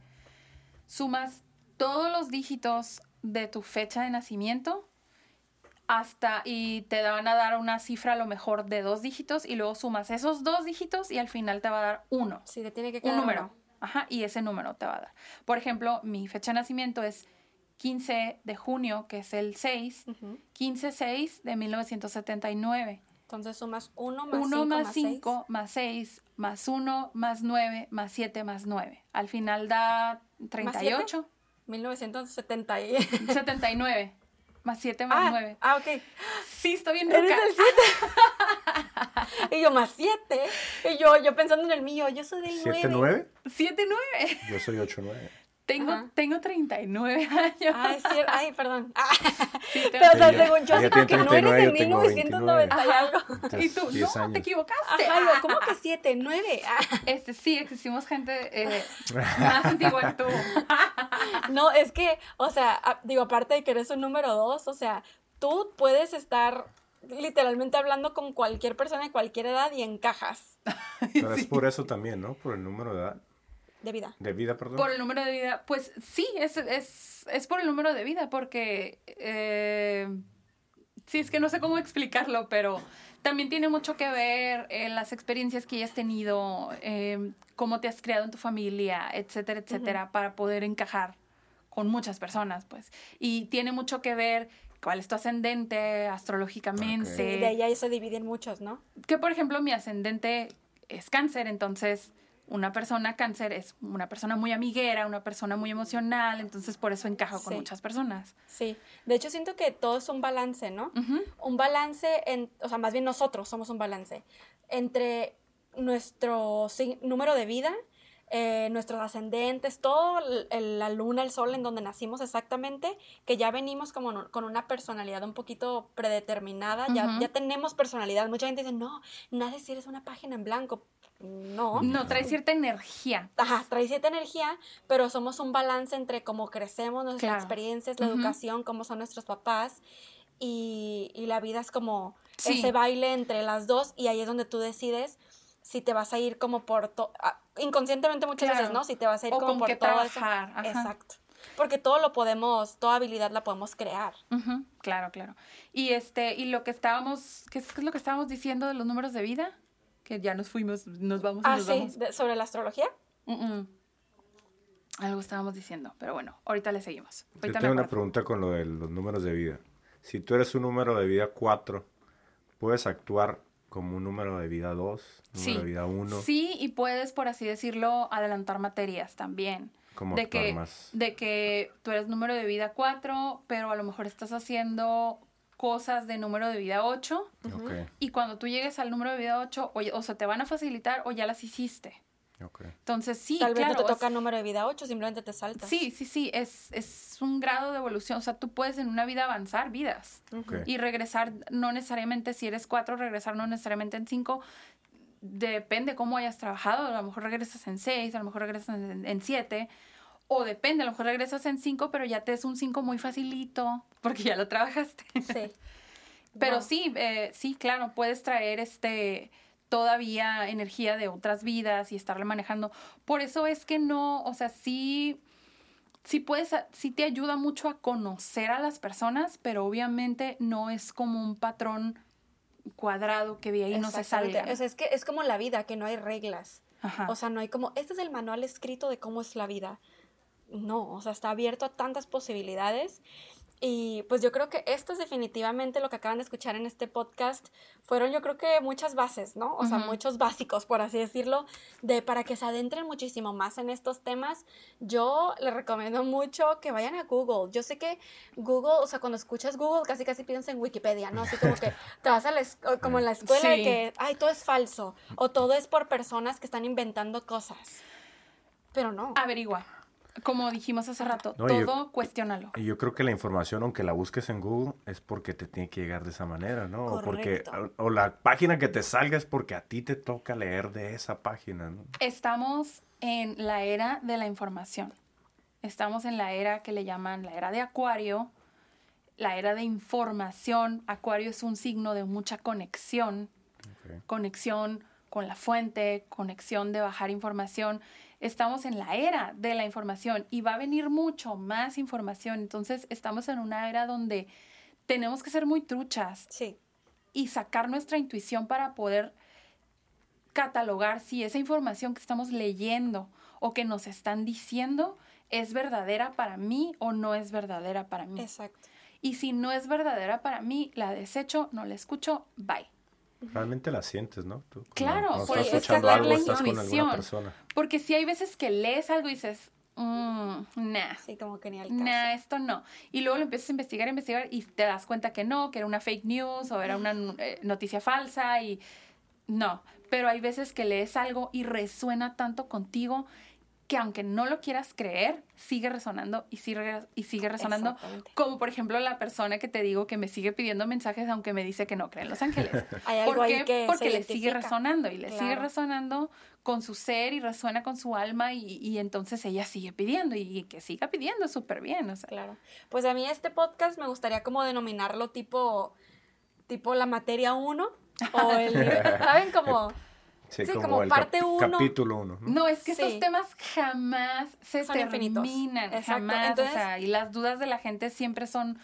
Sumas todos los dígitos de tu fecha de nacimiento hasta y te van a dar una cifra a lo mejor de dos dígitos y luego sumas esos dos dígitos y al final te va a dar uno. Sí, te tiene que quedar un número. Uno. Ajá, y ese número te va a dar. Por ejemplo, mi fecha de nacimiento es quince de junio, que es el seis, uh-huh. quince seis de mil novecientos setenta y nueve. Entonces sumas uno más uno cinco más cinco más seis más uno más nueve más siete más nueve. Al final da treinta y ocho. mil novecientos setenta y... setenta y nueve. Más siete más ah, nueve. Ah, ok. Sí, estoy bien loca. ¿Eres el siete? Y yo, más siete. Y yo, yo pensando en el mío, yo soy del nueve. ¿siete nueve? siete nueve. Yo soy ocho nueve. Tengo, tengo treinta y nueve años. Ay, sí, ay, perdón. Ah. Sí, pero, o sea, sí, según yo, como que no eres de mil novecientos noventa y algo. Y tú, no, años. Te equivocaste. Ajá, yo, ¿cómo que siete, nueve? Ah. Este, sí, existimos gente eh, más antigua que tú. No, es que, o sea, digo, aparte de que eres un número dos, o sea, tú puedes estar literalmente hablando con cualquier persona de cualquier edad y encajas. Pero sí. es por eso también, ¿no? Por el número de edad. De vida. De vida, perdón. Por el número de vida. Pues sí, es, es, es por el número de vida, porque eh, sí, es que no sé cómo explicarlo, pero también tiene mucho que ver en las experiencias que hayas tenido, eh, cómo te has criado en tu familia, etcétera, etcétera, uh-huh. para poder encajar con muchas personas, pues. Y tiene mucho que ver cuál es tu ascendente astrológicamente. Okay. Sí, de ahí ya se dividen muchos, ¿no? Que, por ejemplo, mi ascendente es Cáncer, entonces una persona Cáncer es una persona muy amiguera, una persona muy emocional, entonces por eso encajo con sí. muchas personas. Sí, de hecho siento que todo es un balance, ¿no? Uh-huh. Un balance, en, o sea, más bien nosotros somos un balance entre nuestro sí, número de vida, eh, nuestros ascendentes, todo el, la luna, el sol en donde nacimos exactamente, que ya venimos como no, con una personalidad un poquito predeterminada, uh-huh. ya, ya tenemos personalidad. Mucha gente dice, no, naces si eres una página en blanco. No. No, trae cierta energía. Ajá, trae cierta energía, pero somos un balance entre cómo crecemos, nuestras claro. experiencias, la uh-huh. educación, cómo son nuestros papás. y, y la vida es como Sí. ese baile entre las dos y ahí es donde tú decides si te vas a ir como por... To- ah, inconscientemente muchas Claro. veces, ¿no? Si te vas a ir O como con por qué todo trabajar, eso. ajá. Exacto. Porque todo lo podemos, toda habilidad la podemos crear. Ujú, claro, claro. Y este, y lo que estábamos, ¿qué es, qué es lo que estábamos diciendo de los números de vida? Que ya nos fuimos, nos vamos y Ah, nos sí, vamos. de- sobre la astrología. Mm-mm. Algo estábamos diciendo, pero bueno, ahorita le seguimos. Yo Ahorita me tengo una acuerdo. pregunta con lo de los números de vida. Si tú eres un número de vida cuatro, ¿puedes actuar como un número de vida dos, número Sí. de vida uno? Sí, y puedes, por así decirlo, adelantar materias también. ¿Cómo de actuar que, más? de que tú eres número de vida cuatro, pero a lo mejor estás haciendo cosas de número de vida ocho, Ok, y cuando tú llegues al número de vida ocho, o, o se te van a facilitar o ya las hiciste. ok. Entonces, sí, Tal vez claro. no te es- toca número de vida ocho, simplemente te saltas. Sí, sí, sí, es, es un grado de evolución. O sea, tú puedes en una vida avanzar vidas Ok. y regresar, no necesariamente si eres cuatro, regresar no necesariamente en cinco. Depende cómo hayas trabajado. A lo mejor regresas en seis, a lo mejor regresas en, en siete. O depende, a lo mejor regresas en cinco, pero ya te es un cinco muy facilito porque ya lo trabajaste. Sí. Pero Wow. sí, eh, sí, claro, puedes traer este todavía energía de otras vidas y estarle manejando. Por eso es que no, o sea, sí, sí puedes, sí te ayuda mucho a conocer a las personas, pero obviamente no es como un patrón cuadrado que de ahí no se Exactamente. salga. O sea, es que es como la vida, que no hay reglas. Ajá. O sea, no hay como, este es el manual escrito de cómo es la vida. No, o sea, está abierto a tantas posibilidades. Y pues yo creo que esto es definitivamente lo que acaban de escuchar en este podcast. Fueron yo creo que muchas bases, ¿no? O sea, Ujú. muchos básicos, por así decirlo, de para que se adentren muchísimo más en estos temas. Yo les recomiendo mucho que vayan a Google. Yo sé que Google, o sea, cuando escuchas Google casi casi piensas en Wikipedia, ¿no? Así como que te vas a la es- o como en la escuela de Sí. que, ay, todo es falso. O todo es por personas que están inventando cosas. Pero no. Averigua. Como dijimos hace rato, No, yo- todo cuestiónalo. Y yo creo que la información, aunque la busques en Google, es porque te tiene que llegar de esa manera, ¿no? O porque Correcto. o, o la página que te salga es porque a ti te toca leer de esa página, ¿no? Estamos en la era de la información. Estamos en la era que le llaman la era de Acuario, la era de información. Acuario es un signo de mucha conexión, Ok. conexión con la fuente, conexión de bajar información. Estamos en la era de la información y va a venir mucho más información. Entonces estamos en una era donde tenemos que ser muy truchas Sí. y sacar nuestra intuición para poder catalogar si esa información que estamos leyendo o que nos están diciendo es verdadera para mí o no es verdadera para mí. Exacto. Y si no es verdadera para mí, la desecho, no la escucho, bye. Realmente la sientes, ¿no? Tú, cuando- Claro, cuando por estás eso es escuchando sacar algo, la estás con intuición. alguna persona. Porque si hay veces que lees algo y dices, mmm, nah, Sí, como que ni al caso. nah, esto no. Y luego lo empiezas a investigar, investigar y te das cuenta que no, que era una fake news o era una eh, noticia falsa y no. Pero hay veces que lees algo y resuena tanto contigo que aunque no lo quieras creer, sigue resonando y sigue, y sigue resonando. Exactamente. Como por ejemplo la persona que te digo que me sigue pidiendo mensajes aunque me dice que no cree en Los Ángeles. Hay algo ¿Por ahí qué? que Porque se le sigue identifica. resonando y le sigue Claro. resonando con su ser y resuena con su alma y, y entonces ella sigue pidiendo y que siga pidiendo súper bien. O sea, Claro. Pues a mí este podcast me gustaría como denominarlo tipo, tipo la materia uno o el nivel- ¿saben? Como Sí, Sí, como, como el cap- parte uno. capítulo uno. ¿no? no, es que estos Sí. temas jamás se Son infinitos. terminan, Exacto. jamás. Entonces- o sea, y las dudas de la gente siempre son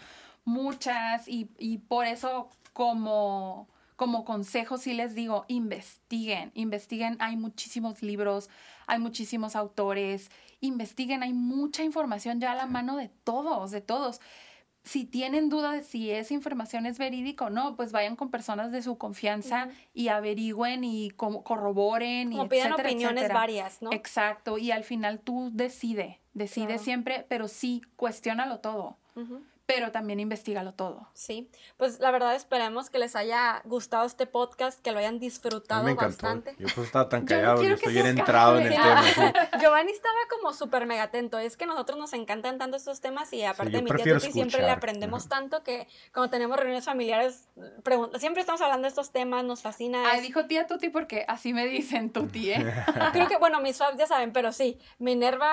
muchas y, y por eso como, como consejo sí les digo, investiguen, investiguen. Hay muchísimos libros, hay muchísimos autores, investiguen, hay mucha información ya a la mano de todos, de todos. Si tienen duda de si esa información es verídica o no, pues vayan con personas de su confianza Ujú. y averigüen y como corroboren como y pidan etcétera, opiniones etcétera. varias, ¿no? Exacto, y al final tú decide, decide Claro. siempre, pero sí, cuestiónalo todo, Ujú. pero también investígalo todo. Sí, pues la verdad esperemos que les haya gustado este podcast, que lo hayan A mí disfrutado me encantó. bastante. Yo pues estaba tan Yo no callado, yo, quiero que estoy se bien entrado en el acabe. tema. sí. Giovanni estaba como súper mega atento. Es que a nosotros nos encantan tanto estos temas y aparte yo mi tía prefiero Tuti siempre le escuchar. aprendemos Ajá. tanto que cuando tenemos reuniones familiares pregun- siempre estamos hablando de estos temas, nos fascina. Ay, es- dijo tía Tuti porque así me dicen Tuti, ¿eh? Creo que, bueno, mis fans ya saben, pero sí, Minerva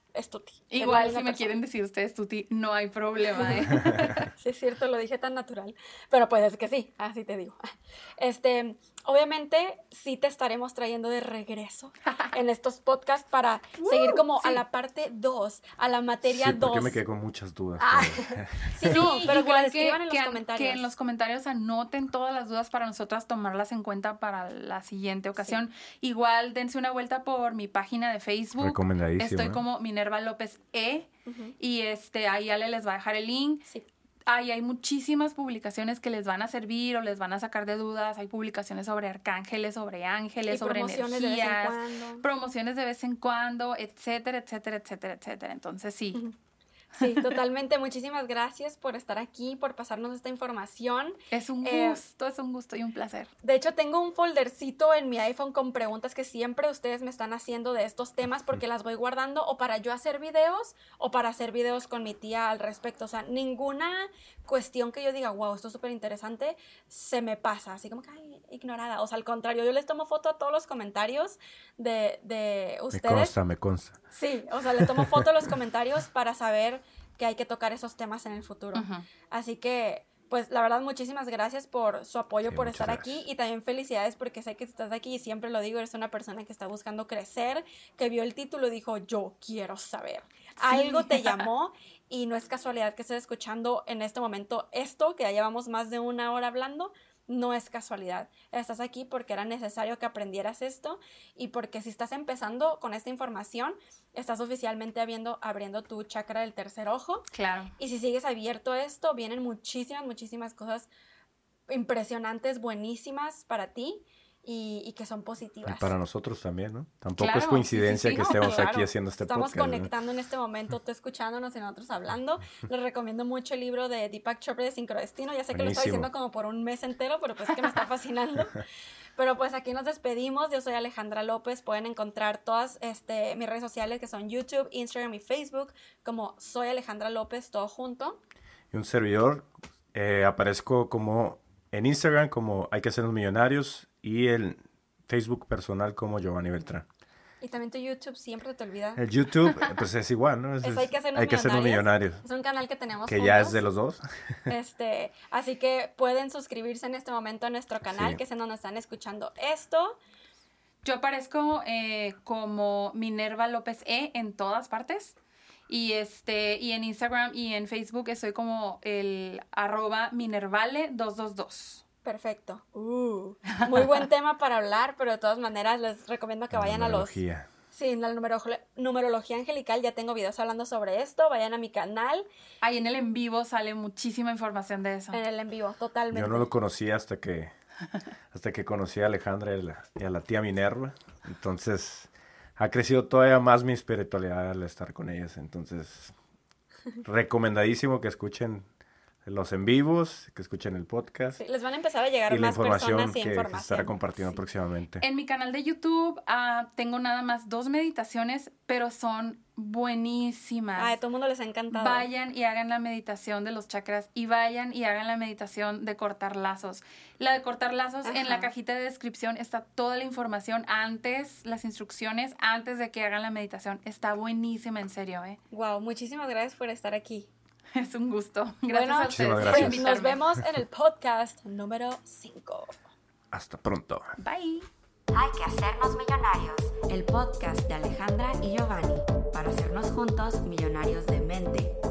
es Tuti. Igual es si me persona. quieren decir ustedes Tuti, no hay problema, ¿eh? Sí, es cierto, lo dije tan natural. Pero pues es que sí, así te digo. Este, obviamente, sí te estaremos trayendo de regreso en estos podcasts para uh, seguir como sí. a la parte dos, a la materia dos. Sí, porque me quedé con muchas dudas. Ah, sí, no, sí, pero que las escriban que, en los que, comentarios. Que en los comentarios anoten todas las dudas para nosotras tomarlas en cuenta para la siguiente ocasión. Sí. Igual dense una vuelta por mi página de Facebook. Recomendadísimo. Estoy ¿eh? como Minerva López E. Uh-huh. Y este, ahí Ale les va a dejar el link. Sí. Ahí hay muchísimas publicaciones que les van a servir o les van a sacar de dudas. Hay publicaciones sobre arcángeles, sobre ángeles, y sobre promociones energías, de vez en cuando. promociones de vez en cuando, etcétera, etcétera, etcétera, etcétera. Entonces, sí. Uh-huh. Sí, totalmente. Muchísimas gracias por estar aquí, por pasarnos esta información. Es un gusto, eh, es un gusto y un placer. De hecho, tengo un foldercito en mi iPhone con preguntas que siempre ustedes me están haciendo de estos temas porque las voy guardando o para yo hacer videos o para hacer videos con mi tía al respecto. O sea, ninguna cuestión que yo diga, wow, esto es súper interesante, se me pasa. Así como que, ay, ignorada. O sea, al contrario, yo les tomo foto a todos los comentarios de, de ustedes. Me consta, me consta. Sí, o sea, les tomo foto a los comentarios para saber que hay que tocar esos temas en el futuro. Uh-huh. Así que, pues, la verdad, muchísimas gracias por su apoyo, sí, por estar gracias. Aquí. Y también felicidades porque sé que estás aquí y siempre lo digo, eres una persona que está buscando crecer, que vio el título y dijo, yo quiero saber. Sí. Algo te llamó y no es casualidad que estés escuchando en este momento esto, que ya llevamos más de una hora hablando. No es casualidad. Estás aquí porque era necesario que aprendieras esto y porque si estás empezando con esta información, estás oficialmente abriendo, abriendo tu chakra del tercer ojo. Claro. Y si sigues abierto a esto, vienen muchísimas, muchísimas cosas impresionantes, buenísimas para ti. Y, y que son positivas. Y para nosotros también, ¿no? Tampoco claro, es coincidencia sí, sí, sí, que no, estemos claro. aquí haciendo este Estamos podcast. Estamos conectando, ¿no? En este momento, tú escuchándonos y nosotros hablando. Les recomiendo mucho el libro de Deepak Chopra de Sincrodestino. Ya sé que Buenísimo. Lo estoy diciendo como por un mes entero, pero pues es que me está fascinando. Pero pues aquí nos despedimos. Yo soy Alejandra López. Pueden encontrar todas este, mis redes sociales que son YouTube, Instagram y Facebook como Soy Alejandra López, todo junto. Y un servidor, eh, aparezco como en Instagram como Hay que Hacernos Millonarios y el Facebook personal como Giovanni Beltrán. Y también tu YouTube siempre te olvida. El YouTube, pues es igual, ¿no? Es, es, hay que hacernos hay que millonarios. millonarios. Es un canal que tenemos Que juntos. ya es de los dos. Este, así que pueden suscribirse en este momento a nuestro canal, sí. que es en donde están escuchando esto. Yo aparezco eh, como Minerva López E en todas partes. Y este, y en Instagram y en Facebook estoy como el arroba Minervale dos dos dos. Perfecto. Uh, muy buen tema para hablar, pero de todas maneras les recomiendo que vayan a los... Sí, en la numero, numerología angelical ya tengo videos hablando sobre esto. Vayan a mi canal. Ahí en el en vivo sale muchísima información de eso. En el en vivo, totalmente. Yo no lo conocía hasta que, hasta que conocí a Alejandra y a, la, y a la tía Minerva. Entonces, ha crecido todavía más mi espiritualidad al estar con ellas. Entonces, recomendadísimo que escuchen los en vivos, que escuchen el podcast. Sí, les van a empezar a llegar y más personas y que información. Se estará compartiendo sí. próximamente. En mi canal de YouTube uh, tengo nada más dos meditaciones, pero son buenísimas. Ay, a todo el mundo les ha encantado. Vayan y hagan la meditación de los chakras y vayan y hagan la meditación de cortar lazos. La de cortar lazos, Ajá. en la cajita de descripción está toda la información antes, las instrucciones antes de que hagan la meditación. Está buenísima, en serio, ¿eh? Wow, muchísimas gracias por estar aquí. Es un gusto. Gracias bueno, a ustedes por pues nos vemos en el podcast número cinco. Hasta pronto. Bye. Hay que hacernos millonarios. El podcast de Alejandra y Giovanni para hacernos juntos millonarios de mente,